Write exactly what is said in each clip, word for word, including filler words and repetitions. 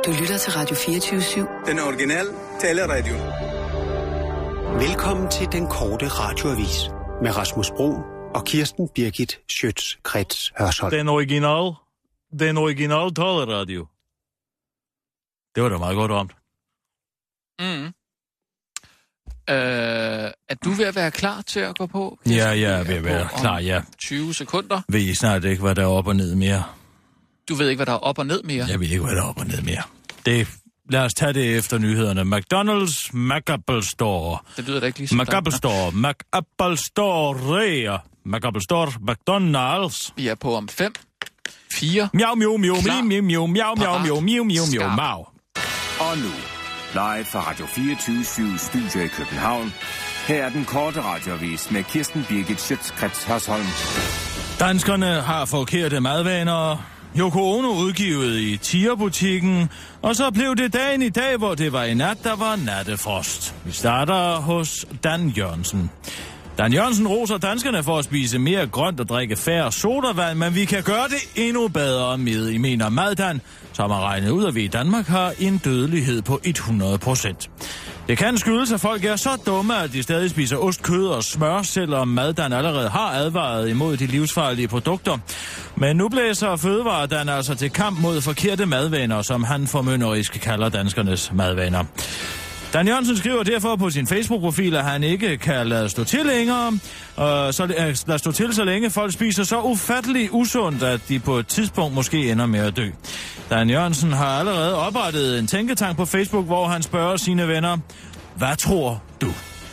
Du lytter til Radio fireogtyve syv. Den originale taleradio. Velkommen til den korte radioavis med Rasmus Bro og Kirsten Birgit Schøtz-Krets Hørsholm. Den original, den original taleradio. Det var da meget godt ramt. Mm. Øh, er du ved at være klar til at gå på? Ja, jeg er ved at være klar, ja. tyve sekunder. Ved I snart ikke, hvad der er op og ned mere? Du ved ikke, hvad der er op og ned mere? Jeg ved ikke, hvad der er op og ned mere. Det, lad os tage det efter nyhederne. McDonald's, McApple Store. Det lyder da ikke lige som McApple Store, McApple Store, Rea. McApple Store, McDonald's. Vi er på om fem, fire. Miau, miau, miau, Klar. miau, miau, miau, miau, miau, miau, miau, miau, Skarp. miau. Og nu, live fra Radio fireogtyve syv Studio i København. Her er den korte radioavis med Kirsten Birgit Schøtz-Krets Hørsholm. Danskerne har forkerte madvaner. Yoko Ono udgivet i Tier-butikken, og så blev det dagen i dag, hvor det var i nat, der var nattefrost. Vi starter hos Dan Jørgensen. Dan Jørgensen roser danskerne for at spise mere grønt og drikke færre sodavand, men vi kan gøre det endnu bedre med, I mener Maddan, som har regnet ud, at vi i Danmark har en dødelighed på hundrede procent. Det kan skyldes, at folk er så dumme, at de stadig spiser ost, kød og smør, selvom Maddan allerede har advaret imod de livsfarlige produkter. Men nu blæser Fødevaredan altså til kamp mod forkerte madvaner, som han formynderisk kalder danskernes madvaner. Dan Jørgensen skriver derfor på sin Facebook-profil, at han ikke kan lade stå til længere, og så lade stå til, så længe folk spiser så ufatteligt usundt, at de på et tidspunkt måske ender med at dø. Dan Jørgensen har allerede oprettet en tænketank på Facebook, hvor han spørger sine venner, hvad tror du?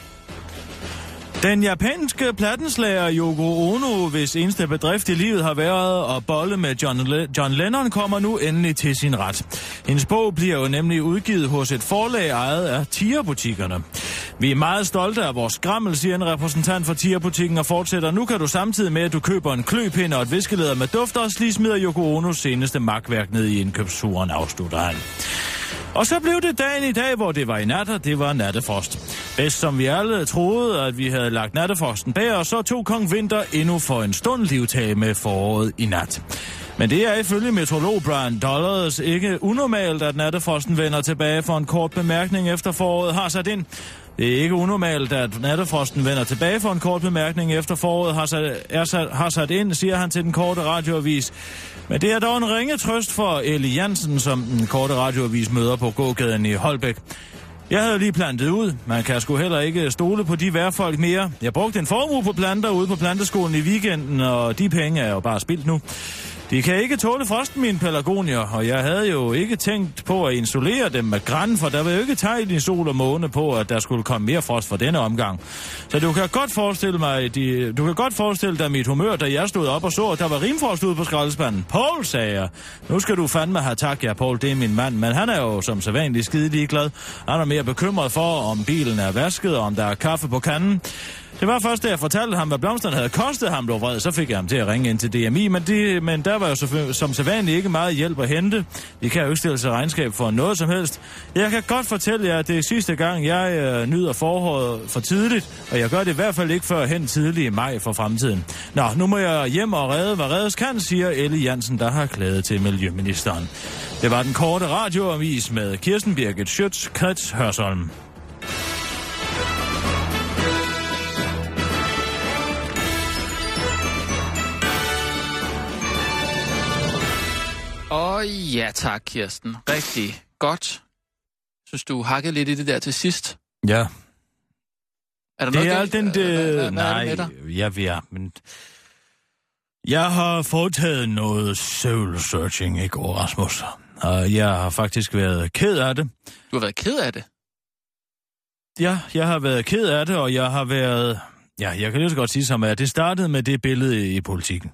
Den japanske plattenslager Yoko Ono, hvis eneste bedrift i livet har været at bolle med John, Le- John Lennon, kommer nu endelig til sin ret. Hendes bog bliver jo nemlig udgivet hos et forlag ejet af Tier-butikkerne. Vi er meget stolte af vores skrammel, siger en repræsentant for Tier-butikken og fortsætter. Nu kan du samtidig med, at du køber en kløpind og et viskeleder med dufter, lige smider Yoko Onos seneste magtværk ned i indkøbsturen, afslutter han. Og så blev det dagen i dag, hvor det var i nat, og det var nattefrost. Bedst som vi alle troede, at vi havde lagt nattefrosten bag os, så tog Kong Vinter endnu for en stund livtag med foråret i nat. Men det er ifølge meteorolog Brian Dollars ikke unormalt, at nattefrosten vender tilbage for en kort bemærkning efter foråret har sat ind. Det er ikke unormalt, at nattefrosten vender tilbage for en kort bemærkning efter foråret har sat, er sat, har sat ind, siger han til den korte radioavis. Men det er dog en ringe trøst for Ellie Jansen, som den korte radioavis møder på gågaden i Holbæk. Jeg havde lige plantet ud. Man kan sgu heller ikke stole på de værfolk mere. Jeg brugte en formue på planter ude på planteskolen i weekenden, og de penge er jo bare spildt nu. De kan ikke tåle frosten, mine pelargonier, og jeg havde jo ikke tænkt på at insulere dem med græn, for der var jo ikke tegn i sol og måne på, at der skulle komme mere frost for denne omgang. Så du kan godt forestille mig, de, du kan godt forestille dig mit humør, da jeg stod op og så, at der var rimfrost ude på skraldespanden. Paul, sagde jeg. Nu skal du fandme have tak, ja, Paul, det er min mand, men han er jo som sædvanligt skide ligeglad. Han er mere bekymret for, om bilen er vasket, og om der er kaffe på kanden. Det var først, da jeg fortalte ham, hvad blomsterne havde kostet ham, blev vred, så fik jeg ham til at ringe ind til D M I, men, de, men der var jo så, som sædvanligt ikke meget hjælp at hente. De kan jo ikke stille sig regnskab for noget som helst. Jeg kan godt fortælle jer, at det er sidste gang, jeg øh, nyder foråret for tidligt, og jeg gør det i hvert fald ikke før hen tidlig i maj for fremtiden. Nå, nu må jeg hjem og redde, hvad reddes kan, siger Ellie Jansen, der har klaget til miljøministeren. Det var den korte radioavis med Kirsten Birgit Schøtz-Krets Hørsholm. Og ja tak, Kirsten. Rigtig godt. Synes du hakkede lidt i det der til sidst? Ja. Er der det noget er galt? den, det... Hvad, hvad, nej, hvad er det jeg ved, men... Jeg har foretaget noget soul searching i går, Rasmus. Og jeg har faktisk været ked af det. Du har været ked af det? Ja, jeg har været ked af det, og jeg har været... Ja, jeg kan lige så godt sige som, at det startede med det billede i Politikken.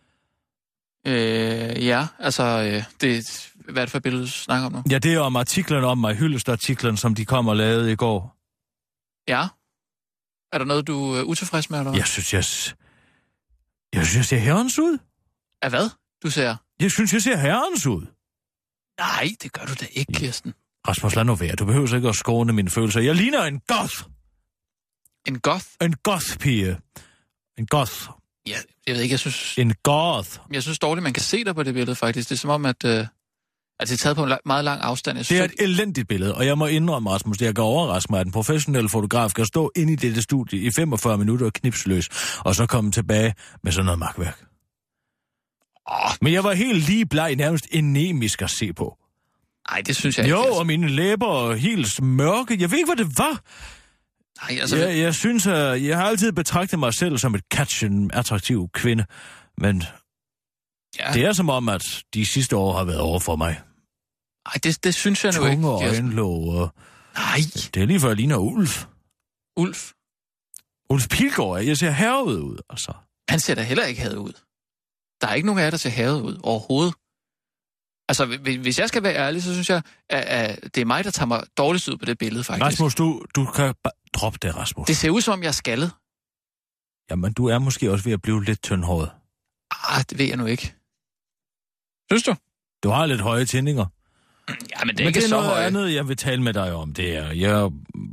Øh, ja, altså, øh, det, hvad er det for et billede, du snakker om nu? Ja, det er om artiklen om mig, hyldestartiklen, som de kom og lavede i går. Ja. Er der noget, du er utilfreds med, eller hvad? Jeg synes, jeg... Jeg synes, jeg ser herrens ud. Af hvad, du ser? Jeg synes, jeg ser herrens ud. Nej, det gør du da ikke, Kirsten. Rasmus, lad nu være. Du behøver ikke at skåne mine følelser. Jeg ligner en goth. En goth? En goth-pige. En goth. Ja, jeg ved ikke, jeg synes... En goth. Jeg synes dårligt, man kan se dig på det billede, faktisk. Det er som om, at... Øh, Altså, det er taget på en la- meget lang afstand. Jeg synes, Det er et elendigt billede, og jeg må indrømme, Rasmus, det jeg kan overraske mig, at en professionel fotograf kan stå inde i dette studie i femogfyrre minutter og knipsløs, og så komme tilbage med sådan noget magtværk. Åh, Men jeg var helt lige bleg, nærmest anemisk at se på. nej, det synes jeg Jo, ikke. Altså. og mine læber er helt mørke. Jeg ved ikke, hvad det var. Nej, altså, Jeg, jeg synes, at jeg har altid betragtet mig selv som et catch, en attraktiv kvinde, men ja. det er som om, at de sidste år har været over for mig. Nej, det, det synes jeg nu ikke. Tunge og Kirsten. øjenlåg, og Nej, det er lige før, jeg ligner Ulf. Ulf, Ulf Pilgaard, jeg ser herved ud, altså. han ser da heller ikke hadet ud. Der er ikke nogen af jer, der ser hadet ud overhovedet. Altså, hvi- hvis jeg skal være ærlig, så synes jeg, at, at det er mig, der tager mig dårligst ud på det billede, faktisk. Rasmus, du, du kan bare droppe det, Rasmus. Det ser ud, som om jeg er skaldet. Jamen, du er måske også ved at blive lidt tyndhåret. Ah, det ved jeg nu ikke. Synes du? Du har lidt høje tændinger. Ja, men det er Men ikke det er så noget højt. andet, jeg vil tale med dig om. Det er, jeg...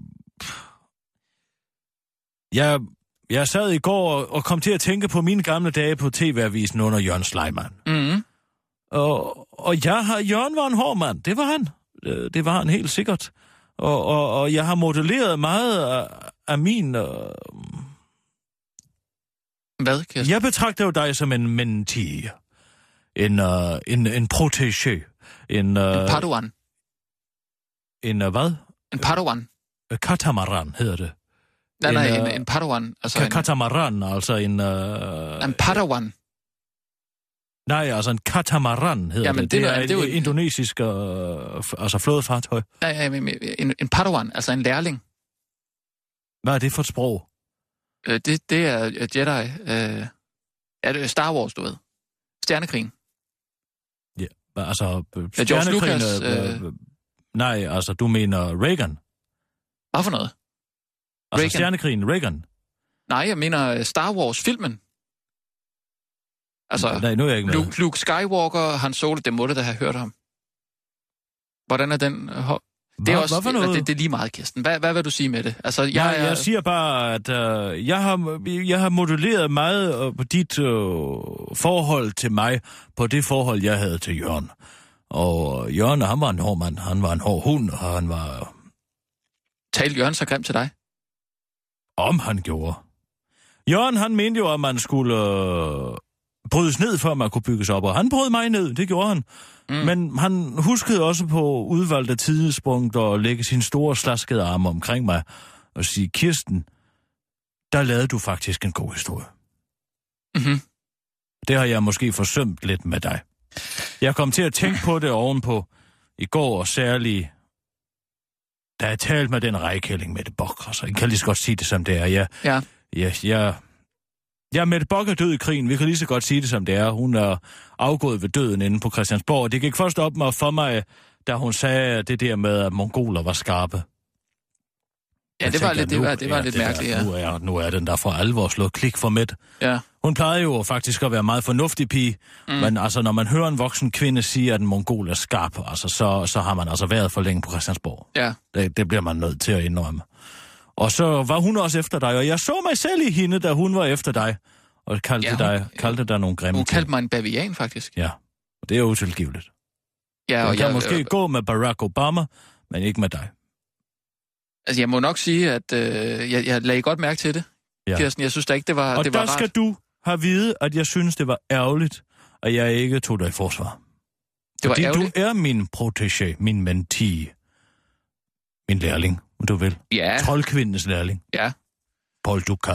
Jeg, jeg sad i går og, og kom til at tænke på mine gamle dage på T V-avisen under Jørgen Sleiman. Mm-hmm. Og, og jeg har, Jørgen var en hård mand. Det var han. Øh, Det var han helt sikkert. Og, og, og jeg har modelleret meget af, af min... Øh... Hvad, Kirsten? Jeg betragter jo dig som en mentee. En, uh, en, en protégé. En, uh, En padawan. en uh, hvad? En padawan. Katamaran hedder det. Nej, nej, en, en, en padawan. Altså Ka- en, katamaran, altså en... Uh... en padawan. Nej, altså en katamaran hedder Jamen, det. det Det er- er et det er jo- indonesisk uh, f- altså flådefartøj. Nej, nej, men- men en, en padawan, altså en lærling. Hvad er det for et sprog? Øh, det, det er øh, Jedi. Øh, er det Star Wars, du ved? Stjernekrigen. Hvad, altså... øh, Ja, George stjernekrigen, Lucas, øh, øh, øh, Nej, altså du mener Reagan. Hvad for noget? Altså Reagan. stjernekrigen, Reagan. Nej, jeg mener øh, Star Wars-filmen. Altså, Nej, nu er jeg ikke med. Luke, Luke Skywalker, Han Solo, det må du da have hørt om. Hvordan er den... øh, ho- Det er, Hvad- også, hvad for noget? det, det er lige meget, Kirsten. Hvad, hvad vil du sige med det? Altså, jeg, Jeg, er, jeg siger bare, at øh, jeg, har, jeg har moduleret meget øh, på dit øh, forhold til mig, på det forhold, jeg havde til Jørgen. Og Jørgen, han var en hård mand, han var en hård hund, og han var... Talte Jørgen så grimt til dig? Om han gjorde. Jørgen, han mente jo, at man skulle øh, brydes ned, før man kunne bygges op, og han brød mig ned, det gjorde han. Mm. Men han huskede også på udvalgte tidspunkter at lægge sine store slaskede arme omkring mig og sige, Kirsten, der lavede du faktisk en god historie. Mm-hmm. Det har jeg måske forsømt lidt med dig. Jeg kom til at tænke på det ovenpå i går, og særligt, da jeg talte med den Reykjælling Mette Bock. Altså, jeg kan lige så godt sige det, som det er. Jeg, Ja. jeg, jeg, jeg Mette Bock er død i krigen. Vi kan lige så godt sige det, som det er. Hun er afgået ved døden inde på Christiansborg. Det gik først op med for mig, da hun sagde det der med, at mongoler var skarpe. Ja, Jeg det var tænker, lidt, det nu- var, det var ja, lidt det mærkeligt, er, ja. nu, er, nu er den der for alvor slået klik for Mette. Ja. Hun plejede jo faktisk at være meget fornuftig pige, mm. men altså, når man hører en voksen kvinde sige, at en mongol er skarp, altså, så, så har man altså været for længe på Christiansborg. Ja. Det, det bliver man nødt til at indrømme. Og så var hun også efter dig, og jeg så mig selv i hende, da hun var efter dig, og kaldte, Ja, hun- dig, kaldte dig nogle grimme Hun ting. kaldte mig en bavian, faktisk. Ja, og det er utilgiveligt. Ja, Man og kan jeg, måske øh, gå med Barack Obama, men ikke med dig. altså, jeg må nok sige, at øh, jeg, jeg lagde godt mærke til det, Ja. Kirsten. Jeg synes da ikke, det var, Og det der var skal rart. du have vide, at jeg synes, det var ærgerligt, at jeg ikke tog dig i forsvar. Det var Fordi ærgerligt. du er min protégé, min mentee, min lærling, om du vil. Ja, Troldkvindens lærling. ja, Paul Duca.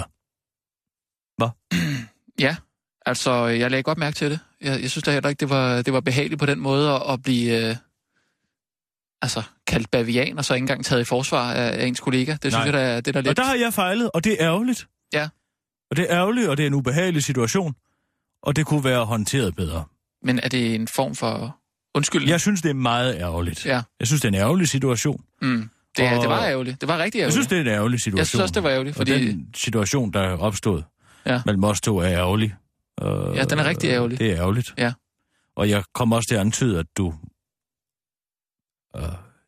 ja. Altså, jeg lagde godt mærke til det. Jeg, jeg synes da heller ikke, det var, det var behageligt på den måde at, at blive øh, altså, kaldt bavian, og så ikke engang taget i forsvar af, af ens kollega. Det synes Nej. jeg, der, er- det er da Og lidt... der har jeg fejlet, og det er ærgerligt. Ja. Og det er ærgerligt, og det er en ubehagelig situation. Og det kunne være håndteret bedre. Men er det en form for undskyldning? Jeg synes, det er meget ærgerligt. Ja. Jeg synes, det er en ærgerlig situation. Mm. Det, er, Og- det var ærgerligt. Det var rigtig Jeg ærgerligt. synes, det er en ærgerlig situation. Jeg synes også, det var ærgerligt, fordi... Og den situation, der er opstået Ja. mellem os to, er ærgerlig. Ja, den er rigtig ærgerlig. Det er ærgerligt. Ja. Og jeg kommer også til at antyde, at du øh,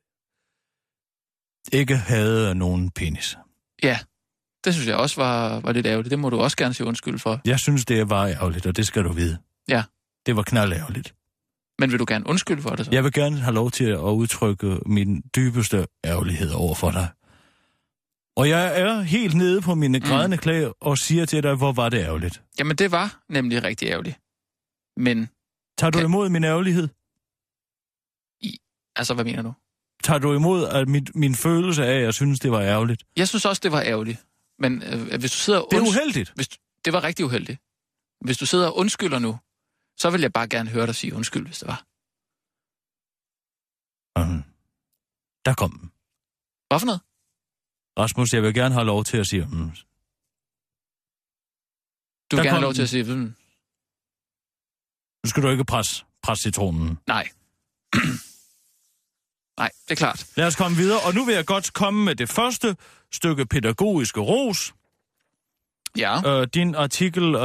ikke havde nogen penis. Ja, det synes jeg også var, var lidt ærgerligt. Det må du også gerne sige undskyld for. Jeg synes, det var ærgerligt, og det skal du vide. Ja. Det var knaldærgerligt. Men vil du gerne undskylde for det så? Jeg vil gerne have lov til at udtrykke min dybeste ærgerlighed over for dig. Og jeg er helt nede på mine grædende mm. knæ og siger til dig, hvor var det ærgerligt. Jamen, det var nemlig rigtig ærgerligt. Men... Tager du kan... imod min ærgerlighed? I... Altså, hvad mener du? Tager du imod at min, min følelse af, at jeg synes, det var ærgerligt? Jeg synes også, det var ærgerligt. Men øh, hvis du sidder og... Det er uheldigt. Hvis du... Det var rigtig uheldigt. Hvis du sidder og undskylder nu, så vil jeg bare gerne høre dig sige undskyld, hvis det var. Mm. Der kom den. Hvad for noget? Rasmus, jeg vil gerne have lov til at sige... Mm. Du vil gerne have lov til at sige... Mm. Nu skal du ikke presse, presse citronen. Nej. Nej, det er klart. Lad os komme videre, og nu vil jeg godt komme med det første stykke pædagogiske ros. Ja. Øh, din artikel øh,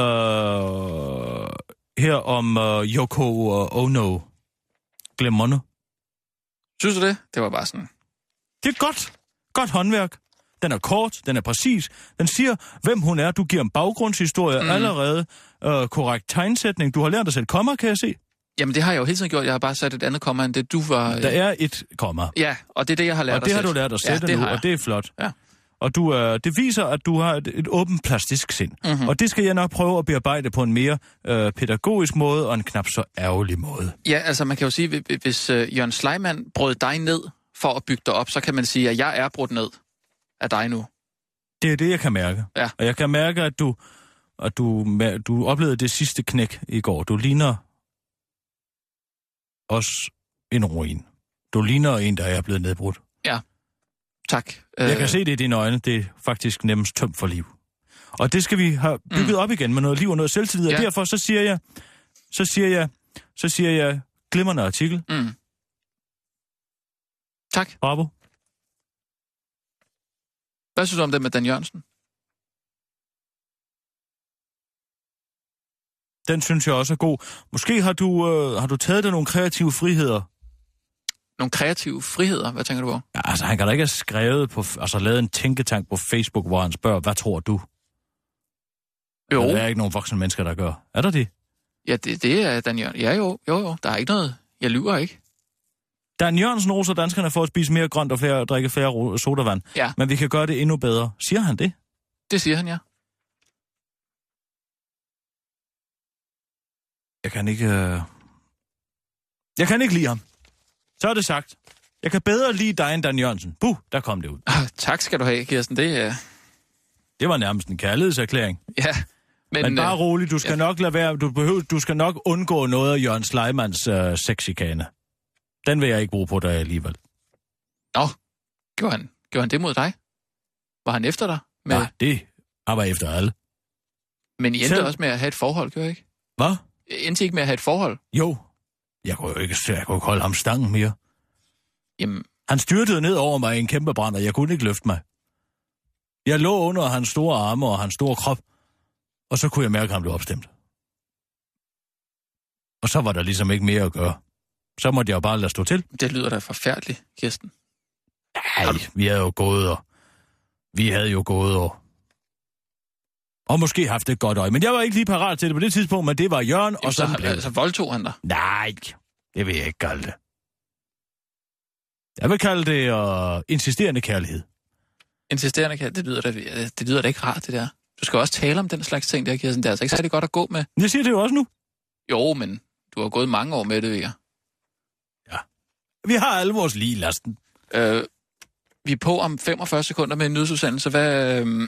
her om øh, Yoko Ono. Glimrende. Synes du det? Det var bare sådan... Det er godt. Godt håndværk. Den er kort, den er præcis. Den siger, hvem hun er. Du giver en baggrundshistorie mm. allerede. Øh, korrekt tegnsætning. Du har lært at sætte komma, kan jeg se. Jamen, det har jeg jo hele tiden gjort. Jeg har bare sat et andet komma, end det du var... Der er et komma. Ja, og det er det, jeg har lært og at sætte. Og det har du lært at sætte ja, nu, og det er flot. Ja. Og du, øh, det viser, at du har et, et åbent plastisk sind. Mm-hmm. Og det skal jeg nok prøve at bearbejde på en mere øh, pædagogisk måde, og en knap så ærgerlig måde. Ja, altså man kan jo sige, hvis øh, Jørgen Sleiman brød dig ned for at bygge dig op, så kan man sige, at jeg er brudt ned af dig nu. Det er det, jeg kan mærke. Ja. Og jeg kan mærke, at du, at du, du oplevede det sidste knæk i går. Du ligner også en ruin. Du ligner en, der er blevet nedbrudt. Ja, tak. Jeg øh... kan se det i dine øjne. Det er faktisk nemmest tømt for liv. Og det skal vi have bygget mm. op igen med noget liv og noget selvtillid. Ja. Og derfor så siger jeg, så siger jeg, så siger jeg, glimrende artikel. Mm. Tak. Bravo. Hvad synes du om det med Dan Jørgensen? Den synes jeg også er god. Måske har du, øh, har du taget dig nogle kreative friheder. Nogle kreative friheder? Hvad tænker du på? Ja, altså, han kan da ikke have skrevet på, altså lavet en tænketank på Facebook, hvor han spørger, hvad tror du? Jo. Der er ikke nogen voksne mennesker, der gør. Er der det? Ja, det, det er Dan Jørgensen. Ja, jo, jo, jo. Der er ikke noget. Jeg lyver ikke. Dan Jørgensen roser danskerne for at spise mere grønt og flere, drikke flere sodavand. Ja. Men vi kan gøre det endnu bedre. Siger han det? Det siger han, ja. Jeg kan ikke... Øh... Jeg kan ikke lide ham. Så er det sagt. Jeg kan bedre lide dig end Dan Jørgensen. Buh, der kom det ud. Ah, tak skal du have, Kirsten. Det er... Uh... Det var nærmest en kærlighedserklæring. Ja, men... Men bare uh... roligt, du skal ja. nok lade være... Du, behøver, du skal nok undgå noget af Jørgen Sleimanns uh, sexikane. Den vil jeg ikke bruge på dig alligevel. Nå, gjorde han, gjorde han det mod dig? Var han efter dig? Med... Nej, det han var efter alle. Men I endte Selv... også med at have et forhold, gjorde I ikke? Hvad? I endte ikke med at have et forhold? Jo. Jeg kunne jo ikke, jeg kunne ikke holde ham stangen mere. Jamen... Han styrtede ned over mig i en kæmpe brand, og jeg kunne ikke løfte mig. Jeg lå under hans store arme og hans store krop, og så kunne jeg mærke, at han blev opstemt. Og så var der ligesom ikke mere at gøre. Så måtte jeg jo bare lade stå til. Det lyder da forfærdeligt, Kirsten. Nej, vi havde jo gået og... Vi havde jo gået og... Og måske haft et godt øje. Men jeg var ikke lige parat til det på det tidspunkt, men det var Jørgen, Jamen, og så... så altså, voldtog han dig? Nej, det vil jeg ikke kalde det. Jeg vil kalde det uh, insisterende kærlighed. Insisterende kærlighed? Det lyder, da, det lyder da ikke rart, det der. Du skal også tale om den slags ting, der, Kirsten. Det er altså ikke særlig godt at gå med. Jeg siger det jo også nu. Jo, men du har gået mange år med det, ved jeg. Ja. Vi har alle vores lige lasten. Øh, vi er på om femogfyrre sekunder med en nyhedsudsendelse. Hvad... Øh,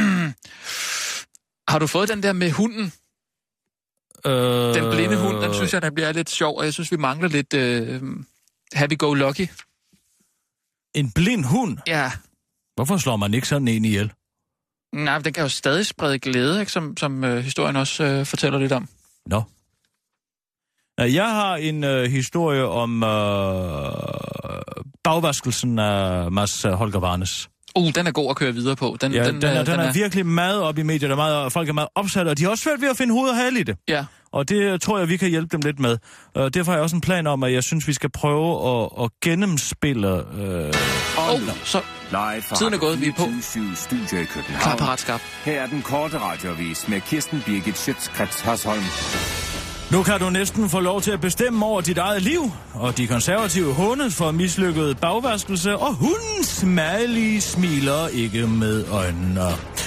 har du fået den der med hunden? Øh... Den blinde hund, den synes jeg, der bliver lidt sjov, og jeg synes, vi mangler lidt øh, happy-go-lucky. En blind hund? Ja. Hvorfor slår man ikke sådan en ihjel? Nej, den kan jo stadig sprede glæde, ikke? Som, som øh, historien også øh, fortæller lidt om. Nå. Jeg har en øh, historie om øh, bagvaskelsen af Mads Holger Varnes. Uh, den er god at køre videre på. Den, ja, den, den, er, den, den er, er virkelig meget op i medierne, meget, folk er meget opsat, og de har også svært ved at finde hoved og hale i det. Ja. Og det tror jeg, vi kan hjælpe dem lidt med. Uh, derfor har jeg også en plan om, at jeg synes, vi skal prøve at, at gennemspille... Øh... Oh, så tiden er gået, vi er på. Studio i København. Klar, parat, skarp. Her er den korte radioavis med Kirsten Birgit Schøtz-Krets Hasholm. Nu kan du næsten få lov til at bestemme over dit eget liv, og de konservative hånes for mislykket bagvaskelse, og hunden Smiley smiler ikke med øjnene.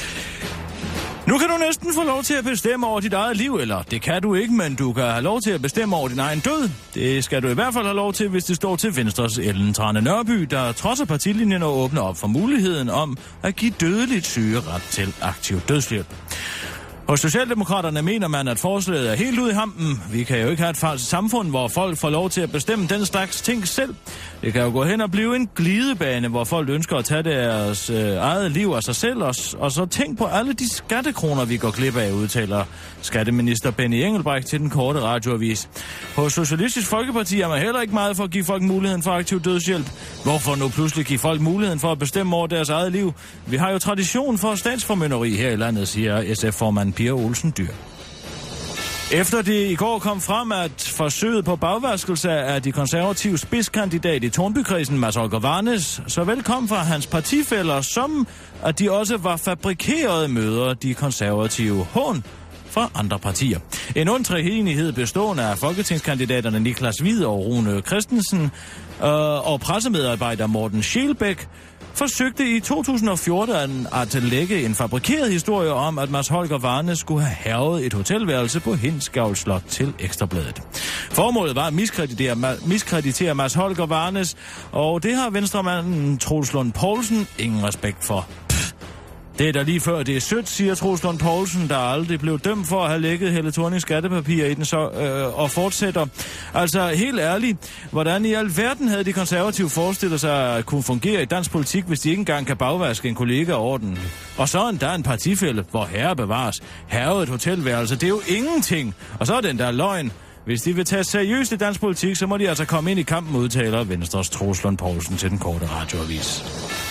Nu kan du næsten få lov til at bestemme over dit eget liv, eller det kan du ikke, men du kan have lov til at bestemme over din egen død. Det skal du i hvert fald have lov til, hvis det står til Venstres Ellen Trane Nørby, der trodser partilinjen og åbner op for muligheden om at give dødeligt syge ret til aktiv dødshjælp. Hos Socialdemokraterne mener man, at forslaget er helt ude i hampen. Vi kan jo ikke have et falsk samfund, hvor folk får lov til at bestemme den slags ting selv. Det kan jo gå hen og blive en glidebane, hvor folk ønsker at tage deres øh, eget liv af sig selv. Og, og så tænk på alle de skattekroner, vi går glip af, udtaler skatteminister Benny Engelbrecht til den korte radioavis. Hos Socialistisk Folkeparti er man heller ikke meget for at give folk muligheden for aktiv dødshjælp. Hvorfor nu pludselig give folk muligheden for at bestemme over deres eget liv? Vi har jo tradition for statsformynderi her i landet, siger S F-formand Pia Olsen Dyhr. Efter det i går kom frem, at forsøget på bagvaskelse af de konservative spidskandidat i Tornbykredsen, Mads Holger Varnes, så vel kom fra hans partifæller, som at de også var fabrikerede møder, de konservative hån fra andre partier. En undtræenighed bestående af folketingskandidaterne Niklas Hvid og Rune Christensen øh, og pressemedarbejder Morten Schælbæk forsøgte i to tusind og fjorten at lægge en fabrikeret historie om, at Mads Holger Varnes skulle have hærget et hotelværelse på Hindsgavl Slot til Ekstrabladet. Formålet var at miskreditere, miskreditere Mads Holger Varnes, og det har venstremanden Troels Lund Poulsen ingen respekt for. Det er da lige før, det er sødt, siger Troels Lund Poulsen, der aldrig blev dømt for at have lækket Helle Thornings skattepapirer i den så, øh, og fortsætter. Altså helt ærligt, hvordan i alverden havde de konservative forestillet sig at kunne fungere i dansk politik, hvis de ikke engang kan bagvaske en kollega over den? Og så endda en partifælle, hvor herre bevares, hærget et hotelværelse, det er jo ingenting. Og så er den der løgn. Hvis de vil tage seriøst i dansk politik, så må de altså komme ind i kampen, udtaler Venstres Troels Lund Poulsen til den korte radioavis.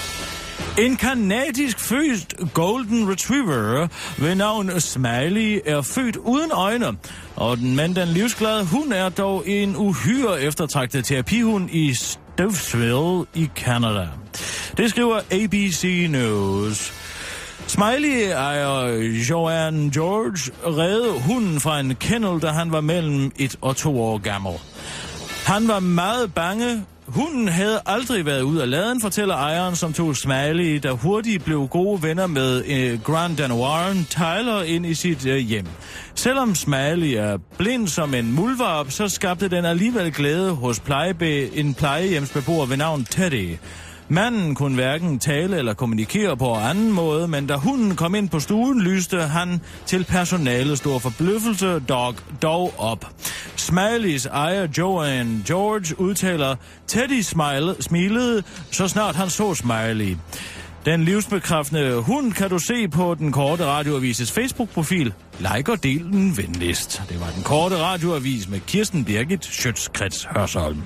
En kanadisk født Golden Retriever ved navn Smiley er født uden øjne, og den, men den livsglade hund er dog en uhyre eftertragtet terapihund i Stouffville i Canada. Det skriver A B C News. Smiley ejer Joanne George reddede hunden fra en kennel, da han var mellem et og to år gammel. Han var meget bange. Hunden havde aldrig været ud af laden, fortæller ejeren, som tog Smiley, der hurtigt blev gode venner med eh, Grand Danoiren Tyler ind i sit eh, hjem. Selvom Smiley er blind som en muldvarp, så skabte den alligevel glæde hos plejebe, en plejehjemsbeboer ved navn Teddy. Manden kunne hverken tale eller kommunikere på anden måde, men da hunden kom ind på stuen, lyste han til personalet stor forbløffelse dog, dog op. Smileys ejer Joanne George udtaler, Teddy smile, smilede, så snart han så Smiley. Den livsbekræftende hund kan du se på den korte radioavises Facebook-profil. Like og del den venligst. Det var den korte radioavis med Kirsten Birgit Schøtz-Krets Hørsholm.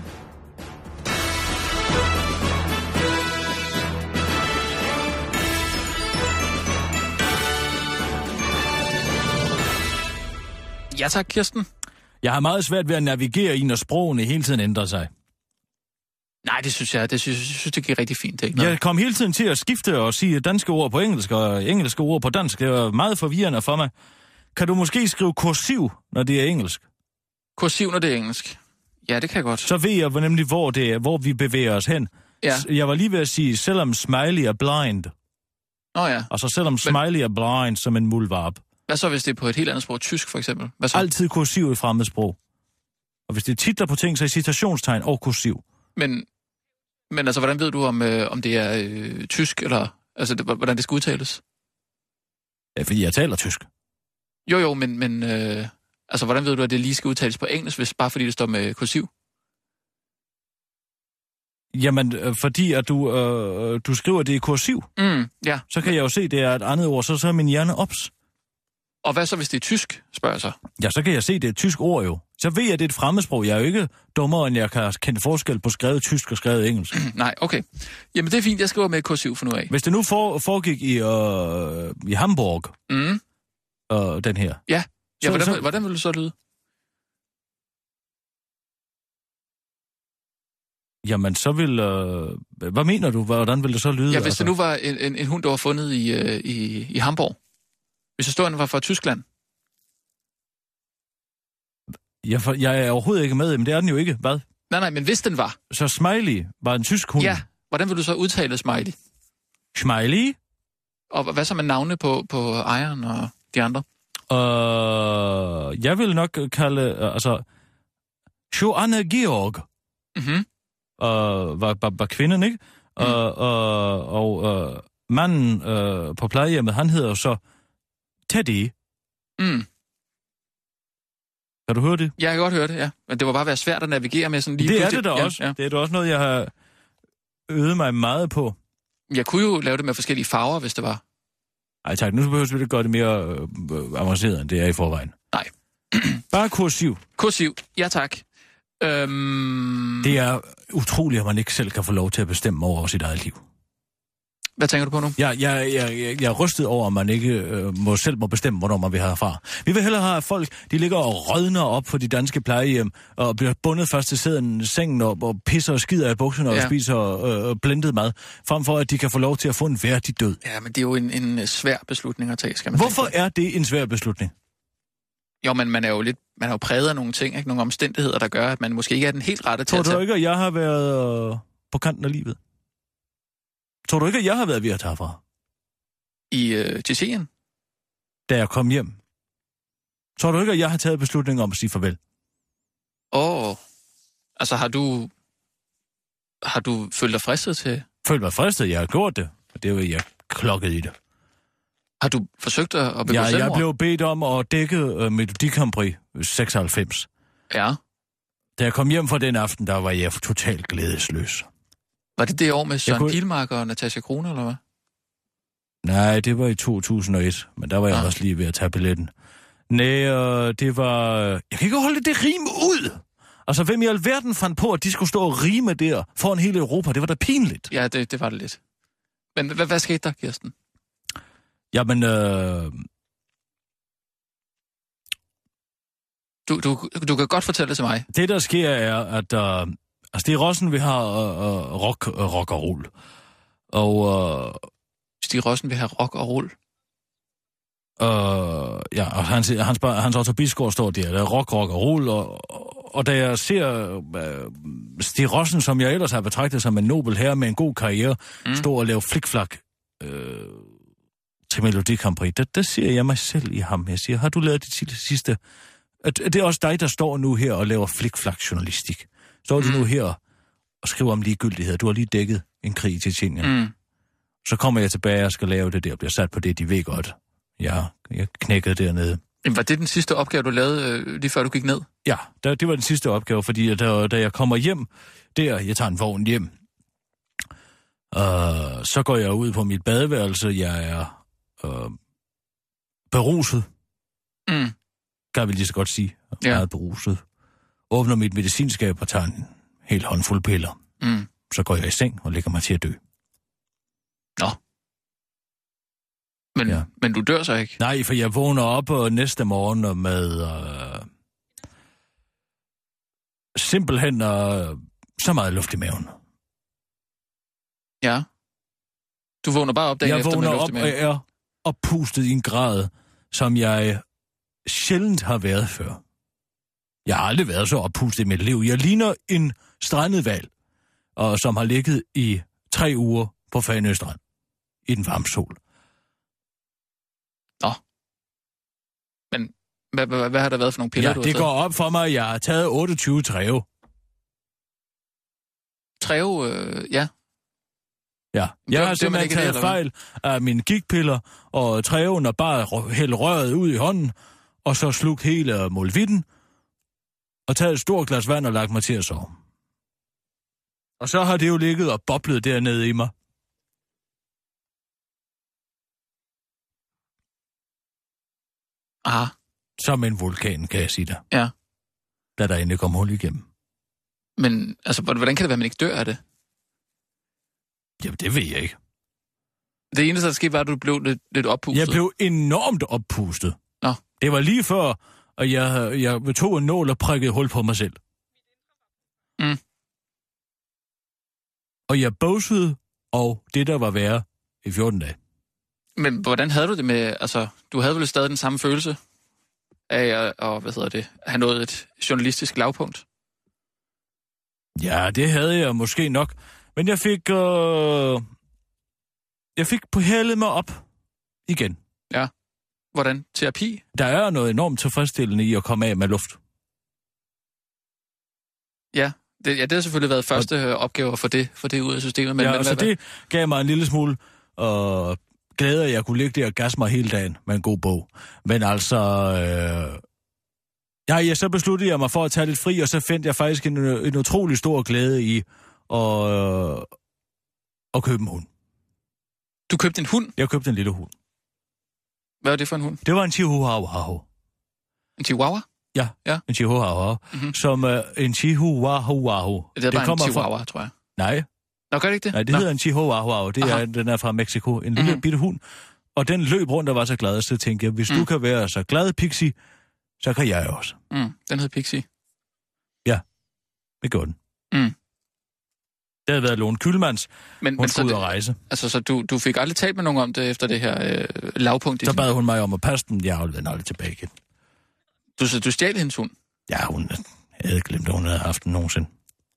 Ja tak, Kirsten. Jeg har meget svært ved at navigere i, når sprogene hele tiden ændrer sig. Nej, det synes jeg, det synes, jeg synes, det giver rigtig fint. Ikke? Jeg kom hele tiden til at skifte og sige danske ord på engelsk og engelske ord på dansk. Det var meget forvirrende for mig. Kan du måske skrive kursiv, når det er engelsk? Kursiv, når det er engelsk? Ja, det kan jeg godt. Så ved jeg nemlig, hvor, det er, hvor vi bevæger os hen. Ja. Jeg var lige ved at sige, selvom Smiley er blind. Nå ja. Og så selvom Men... Smiley er blind som en muldvarp. Hvad så, hvis det er på et helt andet sprog? Tysk, for eksempel? Hvad så? Altid kursiv i fremmedsprog. Og hvis det er titler på ting, så er citationstegn og kursiv. Men, men altså, hvordan ved du, om, øh, om det er øh, tysk, eller altså, det, hvordan det skal udtales? Ja, fordi jeg taler tysk. Jo, jo, men, men øh, altså, hvordan ved du, at det lige skal udtales på engelsk, hvis bare fordi det står med kursiv? Jamen, øh, fordi at du, øh, du skriver det i kursiv. Mm, ja. Så kan jeg jo se, at det er et andet ord, så så er min hjerne ops. Og hvad så, hvis det er tysk, spørger jeg så? Ja, så kan jeg se, at det er et tysk ord jo. Så ved jeg, at det er et fremmedsprog. Jeg er jo ikke dummere, end jeg kan kende forskel på skrevet tysk og skrevet engelsk. Nej, okay. Jamen, det er fint. Jeg skriver med kursiv for nu af. Hvis det nu for, foregik i, øh, i Hamburg, mm. øh, den her. Ja, ja så, hvordan, så, hvordan vil det så lyde? Jamen, så vil... Øh, hvad mener du? Hvordan vil det så lyde? Ja, hvis altså? det nu var en, en, en hund, der var fundet i, øh, i, i Hamburg. Hvis historien var fra Tyskland. Jeg, for, jeg er overhovedet ikke med, men det er den jo ikke. Hvad? Nej, nej, men hvis den var... Så Smiley var en tysk hund? Ja. Hvordan vil du så udtale Smiley? Smiley? Og hvad så med navne på, på ejeren og de andre? Uh, jeg vil nok kalde... Uh, altså... Joanna Georg. Mhm. Uh, var, var, var kvinden, ikke? Mm. Uh, uh, og uh, manden uh, på plejehjemmet, han hedder så Teddy. Mm. Kan du høre det? Jeg kan godt høre det, ja. Men det var bare være svært at navigere med sådan lige det pludselig. Det er det da også. Ja, ja. Det er da også noget, jeg har øvet mig meget på. Jeg kunne jo lave det med forskellige farver, hvis det var. Ej tak, nu behøver vi ikke gøre det mere øh, avanceret, end det er i forvejen. Nej. Bare kursiv. Kursiv, ja tak. Øhm... Det er utroligt, at man ikke selv kan få lov til at bestemme over sit eget liv. Hvad tænker du på nu? Jeg, jeg, jeg, jeg, jeg er rystet over, at man ikke øh, må selv må bestemme, hvornår man vil have herfra. Vi vil hellere have folk, de ligger og rådner op på de danske plejehjem, og bliver bundet fast til sæden, sengen og, og pisser og skider i bukserne ja. og spiser øh, blendet mad, frem for at de kan få lov til at få en værdig død. Ja, men det er jo en, en svær beslutning at tage, skal man Hvorfor er det en svær beslutning? Jo, men man er jo lidt, man er jo præget af nogle ting, ikke? Nogle omstændigheder, der gør, at man måske ikke er den helt rette til at tage. Tror du ikke, at jeg har været øh, på kanten af livet? Tror du ikke, at jeg har været ved at tage fra? I øh, Tjekien? Da jeg kom hjem. Tror du ikke, at jeg har taget beslutningen om at sige farvel? Åh, oh. altså har du... Har du følt dig fristet til... Følt mig fristet? Jeg har gjort det. Og det var jeg klokket i det. Har du forsøgt at begå ja, selvmord? Jeg blev bedt om at dække uh, Melodi Grand Prix seksoghalvfems. Ja. Da jeg kom hjem fra den aften, der var jeg totalt glædesløs. Var det det år med Søren kunne... Pilmark og Natasja Crone, eller hvad? Nej, det var i to tusind og et, men der var jeg ah. også lige ved at tage billetten. Nej, uh, det var... Jeg kan ikke holde det rim ud! Altså, hvem i alverden fandt på, at de skulle stå og rime der foran hele Europa? Det var da pinligt. Ja, det, det var det lidt. Men hvad, hvad skete der, Kirsten? Jamen, øh... Du, du, du kan godt fortælle det til mig. Det, der sker, er, at... Øh... Altså, det er Rossen, vi har øh, rock, øh, rock og roll. Og... Øh... Stig Rossen vil have rock og roll? Øh... Ja, og hans, hans, hans Otto Bisgaard står der. Der er rock, rock og roll, og, og da jeg ser øh, Stig Rossen, som jeg ellers har betragtet som en nobel herre med en god karriere, mm. stå og lave flikflak... Øh... til Melodi Grand Prix, der, der ser jeg mig selv i ham. Jeg siger, har du lavet det sidste... At, at det er også dig, der står nu her og laver flikflak-journalistik. Står du mm. nu her og skriver om ligegyldighed. Du har lige dækket en krig i Tjetjenien. Mm. Så kommer jeg tilbage og skal lave det der, og bliver sat på det, de ved godt. Jeg, jeg knækkede dernede. Var det den sidste opgave, du lavede øh, lige før du gik ned? Ja, der, det var den sidste opgave, fordi da, da jeg kommer hjem, der, jeg tager en vogn hjem, øh, så går jeg ud på mit badeværelse. Jeg er øh, beruset. Mm. Kan vi lige så godt sige. Jeg er ja. meget beruset. Åbner mit medicinskab og tager en hel håndfuld piller. Mm. Så går jeg i seng og lægger mig til at dø. Nå. Men, ja. men du dør så ikke? Nej, for jeg vågner op og næste morgen med øh, simpelthen øh, så meget luft i maven. Ja. Du vågner bare op dagen jeg efter med luft i maven? Jeg vågner op og er oppustet i en grad, som jeg sjældent har været før. Jeg har aldrig været så oppustet i mit liv. Jeg ligner en strandet hval, og som har ligget i tre uger på Fanø Strand i den varme sol. Nå. Men hvad, hvad, hvad har der været for nogle piller, ja, du har det taget? går op for mig, at jeg har taget otteogtyve træve. Træve, øh, ja. Ja, jeg det, har simpelthen taget det, fejl af mine gigtpiller, og træven er bare hældt røret ud i hånden, og så slugt hele molvitten, og taget et stort glas vand og lagt mig til at sove. Og så har det jo ligget og boblet dernede i mig. Aha. Som en vulkan, kan jeg sige dig. Ja. Da der endelig kom hul igennem. Men, altså, hvordan kan det være, at man ikke dør af det? Jamen, det ved jeg ikke. Det eneste, der skete, var, at du blev lidt, lidt oppustet. Jeg blev enormt oppustet. Nå. Det var lige før, at jeg, jeg tog en nål og prikkede hul på mig selv. Mm. Og jeg bøvsede, og det der var værre i fjorten dage. Men hvordan havde du det med, altså, du havde vel stadig den samme følelse? af at, hvad hedder det, have nået et journalistisk lavpunkt? Ja, det havde jeg måske nok. Men jeg fik... Øh... Jeg fik på hældet mig op igen. Ja. Hvordan? Terapi? Der er noget enormt tilfredsstillende i at komme af med luft. Ja, det, ja, det har selvfølgelig været første og... opgave for det, for det ud af systemet. Men, ja, men, altså hvad, det gav mig en lille smule øh, glæde, at jeg kunne ligge der og gasse mig hele dagen med en god bog. Men altså... Øh... Ja, ja, så besluttede jeg mig for at tage lidt fri, og så fandt jeg faktisk en, en utrolig stor glæde i at, øh, at købe en hund. Du købte en hund? Jeg købte en lille hund. Hvad var det for en hund? Det var en chihuahua. En chihuahua? Ja, ja. En chihuahua. Mm-hmm. Som uh, en chihuahua. Det er bare det en chihuahua, fra... tror jeg. Nej. Nå, gør det ikke det? Nej, det Nå. hedder en chihuahua. Det er, den er fra Mexico. En lille mm-hmm. bitte hund. Og den løb rundt og var så glad, så tænkte jeg, hvis mm. du kan være så glad, Pixie, så kan jeg også. Mm. Den hed Pixie? Ja, det gjorde den. Mm. Det havde været Lone Kühlmanns. Men, hun men skulle ud det, og rejse. Altså, så du, du fik aldrig talt med nogen om det efter det her øh, lavpunkt? Så bad hun mig om at passe den. Jeg afleverede den aldrig tilbage igen. Du, så du stjal hendes hund? Ja, hun havde glemt, at hun havde haft den nogensinde.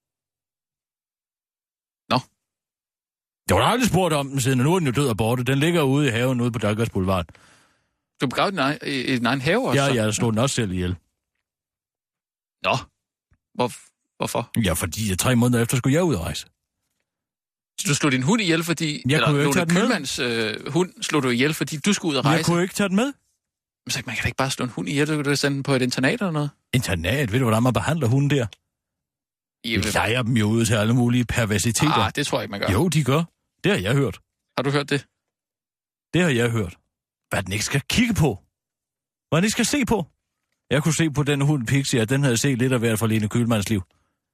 Nå. Jeg har aldrig spurgt om den siden, og nu er den jo død og borte. Den ligger ude i haven, ude på Douglas Boulevard. Du begravede den i, i din egen have også? Ja, jeg slog den også selv ihjel. Nå. Hvor, hvorfor? Ja, fordi tre måneder efter skulle jeg ud og rejse. Så du slog din hund ihjel, fordi... Jeg kunne jo ikke tage den med. Kühlmanns øh, hund slog du ihjel, fordi du skulle ud og rejse? Jeg kunne ikke tage den med. Men så man kan da ikke bare slå en hund ihjel, du kan sende den på et internat eller noget? Internat? Ved du, hvordan man behandler hunden der? De leger dem jo ud til alle mulige perversiteter. Ah, det tror jeg ikke, man gør. Jo, de gør. Det har jeg hørt. Har du hørt det? Det har jeg hørt. Hvad den ikke skal kigge på. Hvad den ikke skal se på. Jeg kunne se på den hund Pixie, at den havde set lidt af hvert for Lene Kühlmanns liv.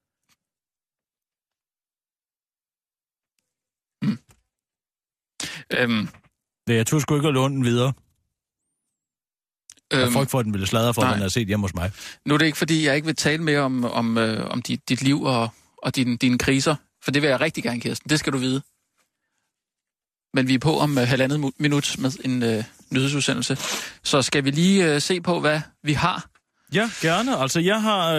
Mm. Øhm. Det, jeg tror sgu ikke at låne den videre. Øhm. Jeg folk for, at den ville sladre for, at den havde set hjemme hos mig. Nu er det ikke, fordi jeg ikke vil tale mere om, om, øh, om dit, dit liv og, og din, dine kriser. For det vil jeg rigtig gerne, Kirsten. Det skal du vide. Men vi er på om uh, halvandet minut med en uh, nyhedsudsendelse. Så skal vi lige uh, se på, hvad vi har. Ja, gerne. Altså, jeg har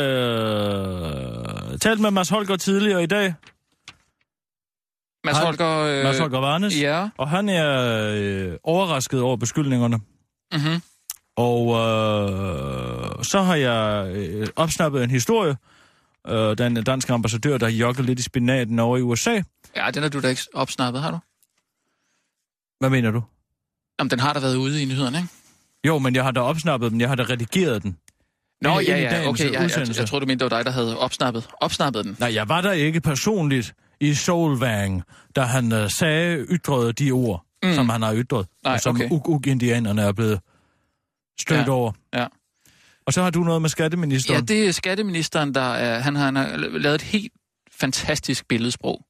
øh, talt med Mads Holger tidligere i dag. Mads han, Holger... Øh, Mads Holger Varnes. Ja. Og han er øh, overrasket over beskyldningerne. Mhm. Og øh, så har jeg øh, opsnappet en historie. Øh, den danske ambassadør, der jogger lidt i spinaten over i U S A. Ja, den har du da ikke opsnappet, har du? Hvad mener du? Jamen, den har da været ude i nyhederne, ikke? Jo, men jeg har da opsnappet den. Jeg har da redigeret den. Nå, ja, ja, okay. Jeg, jeg, jeg tror, du mente, det var dig, der havde opsnappet, opsnappet den. Nej, jeg var der ikke personligt i Solvang, da han uh, sagde, ytrede de ord, mm. som han har ytret. Nej, og som okay. uk-indianerne er blevet stødt ja, over. Ja. Og så har du noget med skatteministeren. Ja, det er skatteministeren, der er, han, har, han har lavet et helt fantastisk billedsprog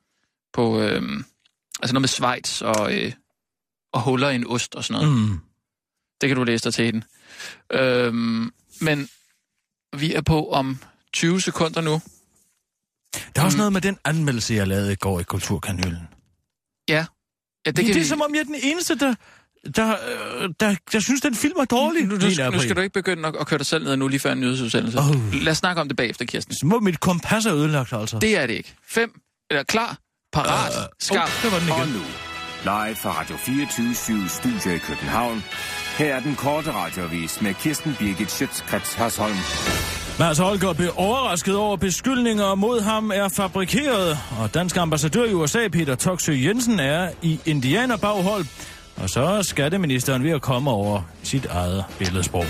på, øh, altså noget med Schweiz og, øh, og huller i en ost og sådan noget. Mm. Det kan du læse dig til i den. Øh, men vi er på om tyve sekunder nu. Der er også um, noget med den anmeldelse, jeg lavede i går i Kulturkanylen. Ja. ja det, det, kan det er vi... som om, jeg er den eneste, der... Der, der, der synes, den film er dårlig. Nu, nu, nu, nu skal du ikke begynde at, at køre dig selv ned nu lige før en nyhedsudsendelse. Oh. Lad os snakke om det bagefter, Kirsten. Så må mit kompas er ødelagt, altså. Det er det ikke. Fem, eller klar, parat, uh, skarp. Oh, det var den igen. Og nu, live fra Radio fireogtyve syv Studio i København. Her er den korte radioavis med Kirsten Birgit Schøtz-Krets Hasholm. Mads Holger blev overrasket over beskyldninger mod ham er fabrikeret, og dansk ambassadør i U S A, Peter Toksøe Jensen, er i indianerbaghold. Og så er skatteministeren ved at komme over sit eget billedsprog.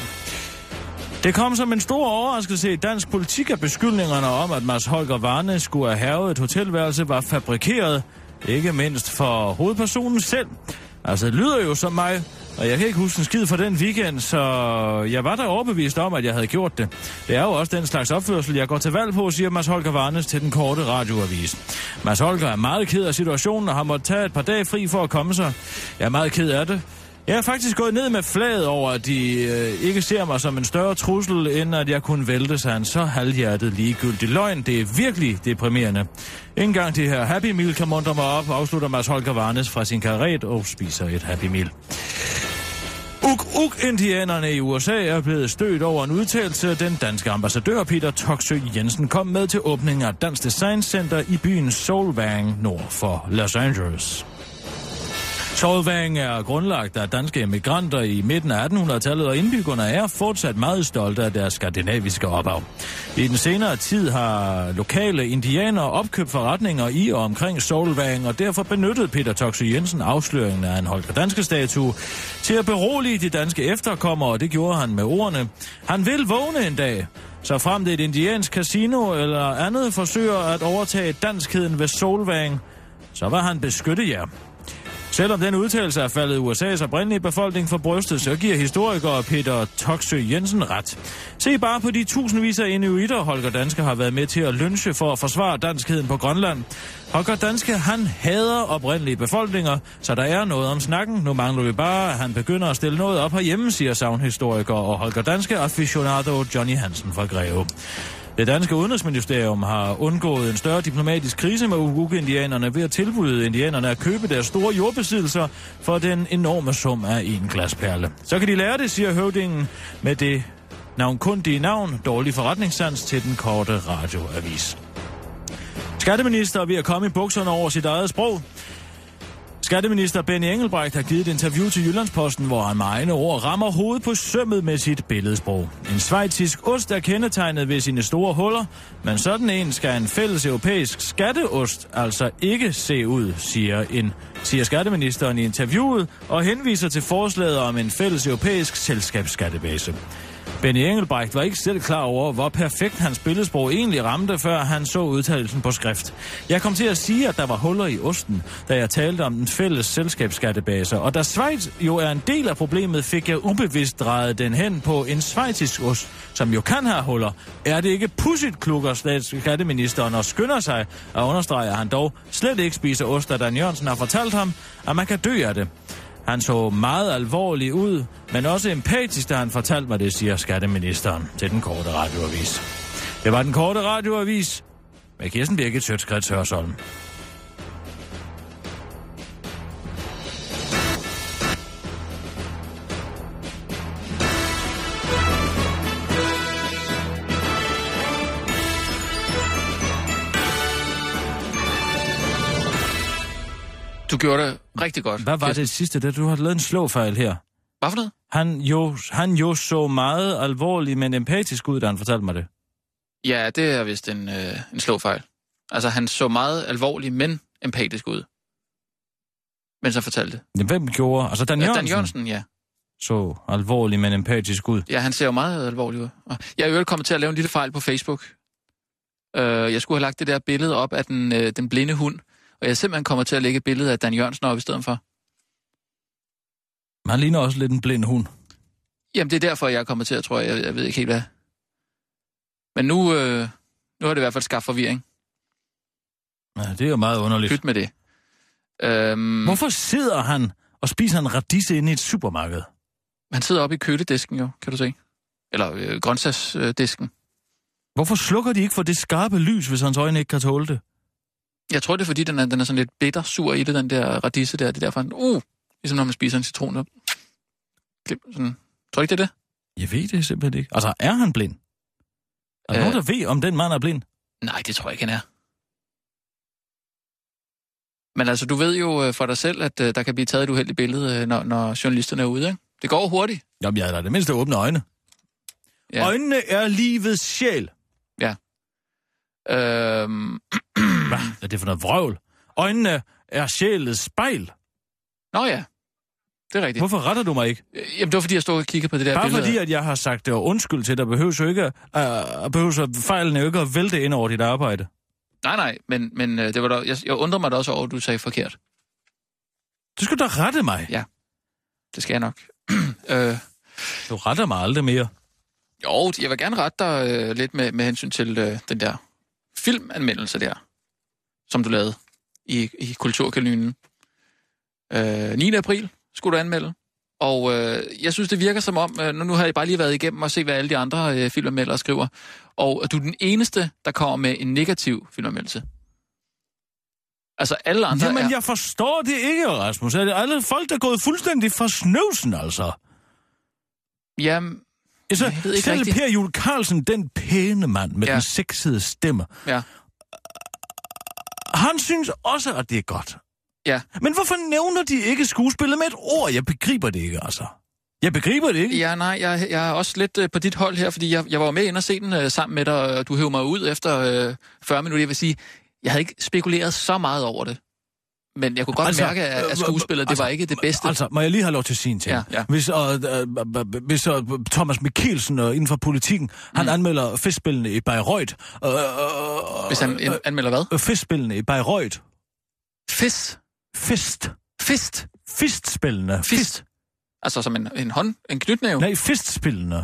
Det kom som en stor overraskelse i dansk politik, at beskyldningerne om, at Mads Holger Varnes skulle have hærget et hotelværelse, var fabrikeret. Ikke mindst for hovedpersonen selv. Altså, det lyder jo som mig, og jeg kan ikke huske en skid fra den weekend, så jeg var da overbevist om, at jeg havde gjort det. Det er jo også den slags opførsel, jeg går til valg på, siger Mads Holger Varnes til den korte radioavis. Mads Holger er meget ked af situationen, og har måttet tage et par dage fri for at komme sig. Jeg er meget ked af det. Jeg er faktisk gået ned med flaget over, at de øh, ikke ser mig som en større trussel, end at jeg kunne vælte sig en så halvhjertet ligegyldig løgn. Det er virkelig deprimerende. Ingen gang det her Happy Meal kan muntre mig op, afslutter Mads Holger Varnes fra sin karret og spiser et Happy Meal. Uk-uk-indianerne i U S A er blevet stødt over en udtalelse, den danske ambassadør Peter Toksøe Jensen kom med til åbningen af Dansk Design Center i byen Solvang nord for Los Angeles. Solvang er grundlagt af danske emigranter i midten af attenhundredetallet, og indbyggerne er fortsat meget stolte af deres skandinaviske ophav. I den senere tid har lokale indianere opkøbt forretninger i og omkring Solvang, og derfor benyttede Peter Toksøe Jensen afsløringen af en Holger Danske-statue til at berolige de danske efterkommere, og det gjorde han med ordene: han vil vågne en dag, så frem til et indiansk casino eller andet forsøger at overtage danskheden ved Solvang, så var han beskyttet jer. Selvom den udtalelse er faldet U S A's oprindelige befolkning for brystet, så giver historiker Peter Toksøe Jensen ret. Se bare på de tusindvis af inuitter, Holger Danske har været med til at lynche for at forsvare danskheden på Grønland. Holger Danske, han hader oprindelige befolkninger, så der er noget om snakken. Nu mangler vi bare, at han begynder at stille noget op herhjemme, siger savnhistoriker og Holger Danske aficionado Johnny Hansen fra Greve. Det danske udenrigsministerium har undgået en større diplomatisk krise med uk-uk-indianerne ved at tilbyde indianerne at købe deres store jordbesiddelser for den enorme sum af en glasperle. Så kan de lære det, siger høvdingen med det navnkundige navn, dårlig forretningssans til den korte radioavis. Skatteminister er ved at komme i bukserne over sit eget sprog. Skatteminister Benny Engelbrecht har givet et interview til Jyllandsposten, hvor han med egne ord rammer hovedet på sømmet med sit billedsprog. En schweizisk ost er kendetegnet ved sine store huller, men sådan en skal en fælles europæisk skatteost altså ikke se ud, siger, en, siger skatteministeren i interviewet, og henviser til forslaget om en fælles europæisk selskabsskattebase. Benny Engelbrecht var ikke selv klar over, hvor perfekt hans billedsprog egentlig ramte, før han så udtalelsen på skrift. Jeg kom til at sige, at der var huller i osten, da jeg talte om den fælles selskabsskattebase, og da Schweiz jo er en del af problemet, fik jeg ubevidst drejet den hen på en schweizisk ost, som jo kan have huller. Er det ikke pudsigt, klukker statsskatteministeren og skynder sig at understrege, at han dog slet ikke spiser ost, da Dan Jørgensen har fortalt ham, at man kan dø af det. Han så meget alvorlig ud, men også empatisk, da han fortalte mig det, siger skatteministeren til den korte radioavis. Det var den korte radioavis med Kirsten Birgit Schøtz-Krets Hørsholm. Du gjorde det rigtig godt. Hvad var Kirsten? Det sidste? Det, du har lavet en slåfejl her. Hvad for noget? Han jo, han jo så meget alvorlig, men empatisk ud, da han fortalte mig det. Ja, det er vist en, øh, en slåfejl. Altså, han så meget alvorlig, men empatisk ud. Mens han fortalte det. Ja, hvem gjorde? Altså, Dan Jørgensen? Dan Jørgensen, ja. Så alvorlig, men empatisk ud. Ja, han ser jo meget alvorlig ud. Jeg er jo kommet til at lave en lille fejl på Facebook. Uh, jeg skulle have lagt det der billede op af den, øh, den blinde hund. Og jeg simpelthen kommer til at lægge et billede af Dan Jørgensen op i stedet for. Han ligner også lidt en blind hund. Jamen, det er derfor, jeg kommer til at, tror jeg, jeg, jeg ved ikke helt hvad. Men nu, øh, nu har det i hvert fald skabt forvirring. Ja, det er jo meget underligt. Pyt med det. Øhm, Hvorfor sidder han og spiser en radise inde i et supermarked? Han sidder oppe i køledisken jo, kan du se. Eller øh, grøntsagsdisken. Hvorfor slukker de ikke for det skarpe lys, hvis hans øjne ikke kan tåle det? Jeg tror, det er fordi, den er, den er sådan lidt bitter, sur i det, den der radise der. Det er derfor, han, uh, ligesom når man spiser en citron. Der. Sådan. Tror du ikke, det er det? Jeg ved det simpelthen ikke. Altså, er han blind? Er der øh, nogen, der ved, om den mand er blind? Nej, det tror jeg ikke, han er. Men altså, du ved jo for dig selv, at uh, der kan blive taget et uheldigt billede, når, når journalisterne er ude, ikke? Det går hurtigt. Jamen, jeg er da det mindste åbne øjne. Ja. Øjnene er livets sjæl. Ja. Øhm... Hvad er det for noget vrøvl? Øjnene er sjælets spejl. Nå ja, det er rigtigt. Hvorfor retter du mig ikke? Jamen, det var fordi, jeg stod og kiggede på det der Bare billede. Bare fordi, at jeg har sagt det, og undskyld til dig, behøver jo ikke, uh, behøver fejlen jo ikke at vælte ind over dit arbejde. Nej, nej, men, men det var da, jeg, jeg undrer mig da også over, at du sagde forkert. Du skal da rette mig. Ja, det skal jeg nok. øh, du retter mig aldrig mere. Jo, jeg vil gerne rette dig øh, lidt med, med hensyn til øh, den der filmanmeldelse der, som du lavede i, i Kulturkanylen. Øh, niende april skulle du anmelde. Og øh, jeg synes, det virker som om, øh, nu, nu har jeg bare lige været igennem og se, hvad alle de andre øh, filmanmeldere skriver. Og du er den eneste, der kommer med en negativ filmanmeldelse. Altså alle andre Jamen, er... jeg forstår det ikke, Rasmus. Er det alle folk, der er gået fuldstændig fra snøvsen, altså? Jamen, Altså, jeg ved ikke selv rigtigt. Per Juel Carlsen, den pæne mand med Ja. den sexede stemme, Ja. han synes også, at det er godt. Ja. Men hvorfor nævner de ikke skuespillet med et ord? Jeg begriber det ikke, altså. Jeg begriber det ikke. Ja, nej, jeg, jeg er også lidt øh, på dit hold her, fordi jeg, jeg var jo med ind og se den øh, sammen med dig, og du hævde mig ud efter øh, fyrre minutter. Jeg vil sige, jeg havde ikke spekuleret så meget over det. Men jeg kunne godt Altså, altså, mærke, at, at skuespillet, altså, det var ikke det bedste. Altså, må jeg lige have lov til at sige en ting? Ja, ja. Hvis, øh, øh, hvis øh, Thomas Mikkelsen øh, inden for politikken, mm. han anmelder festspillene i Bayreuth. Øh, øh, Hvis han øh, anmelder hvad? øh, festspillene i Bayreuth. Fist. Fest. Fist. Festspillene. Fist. Altså som en, en hånd, en knytnæve. Nej, festspillene.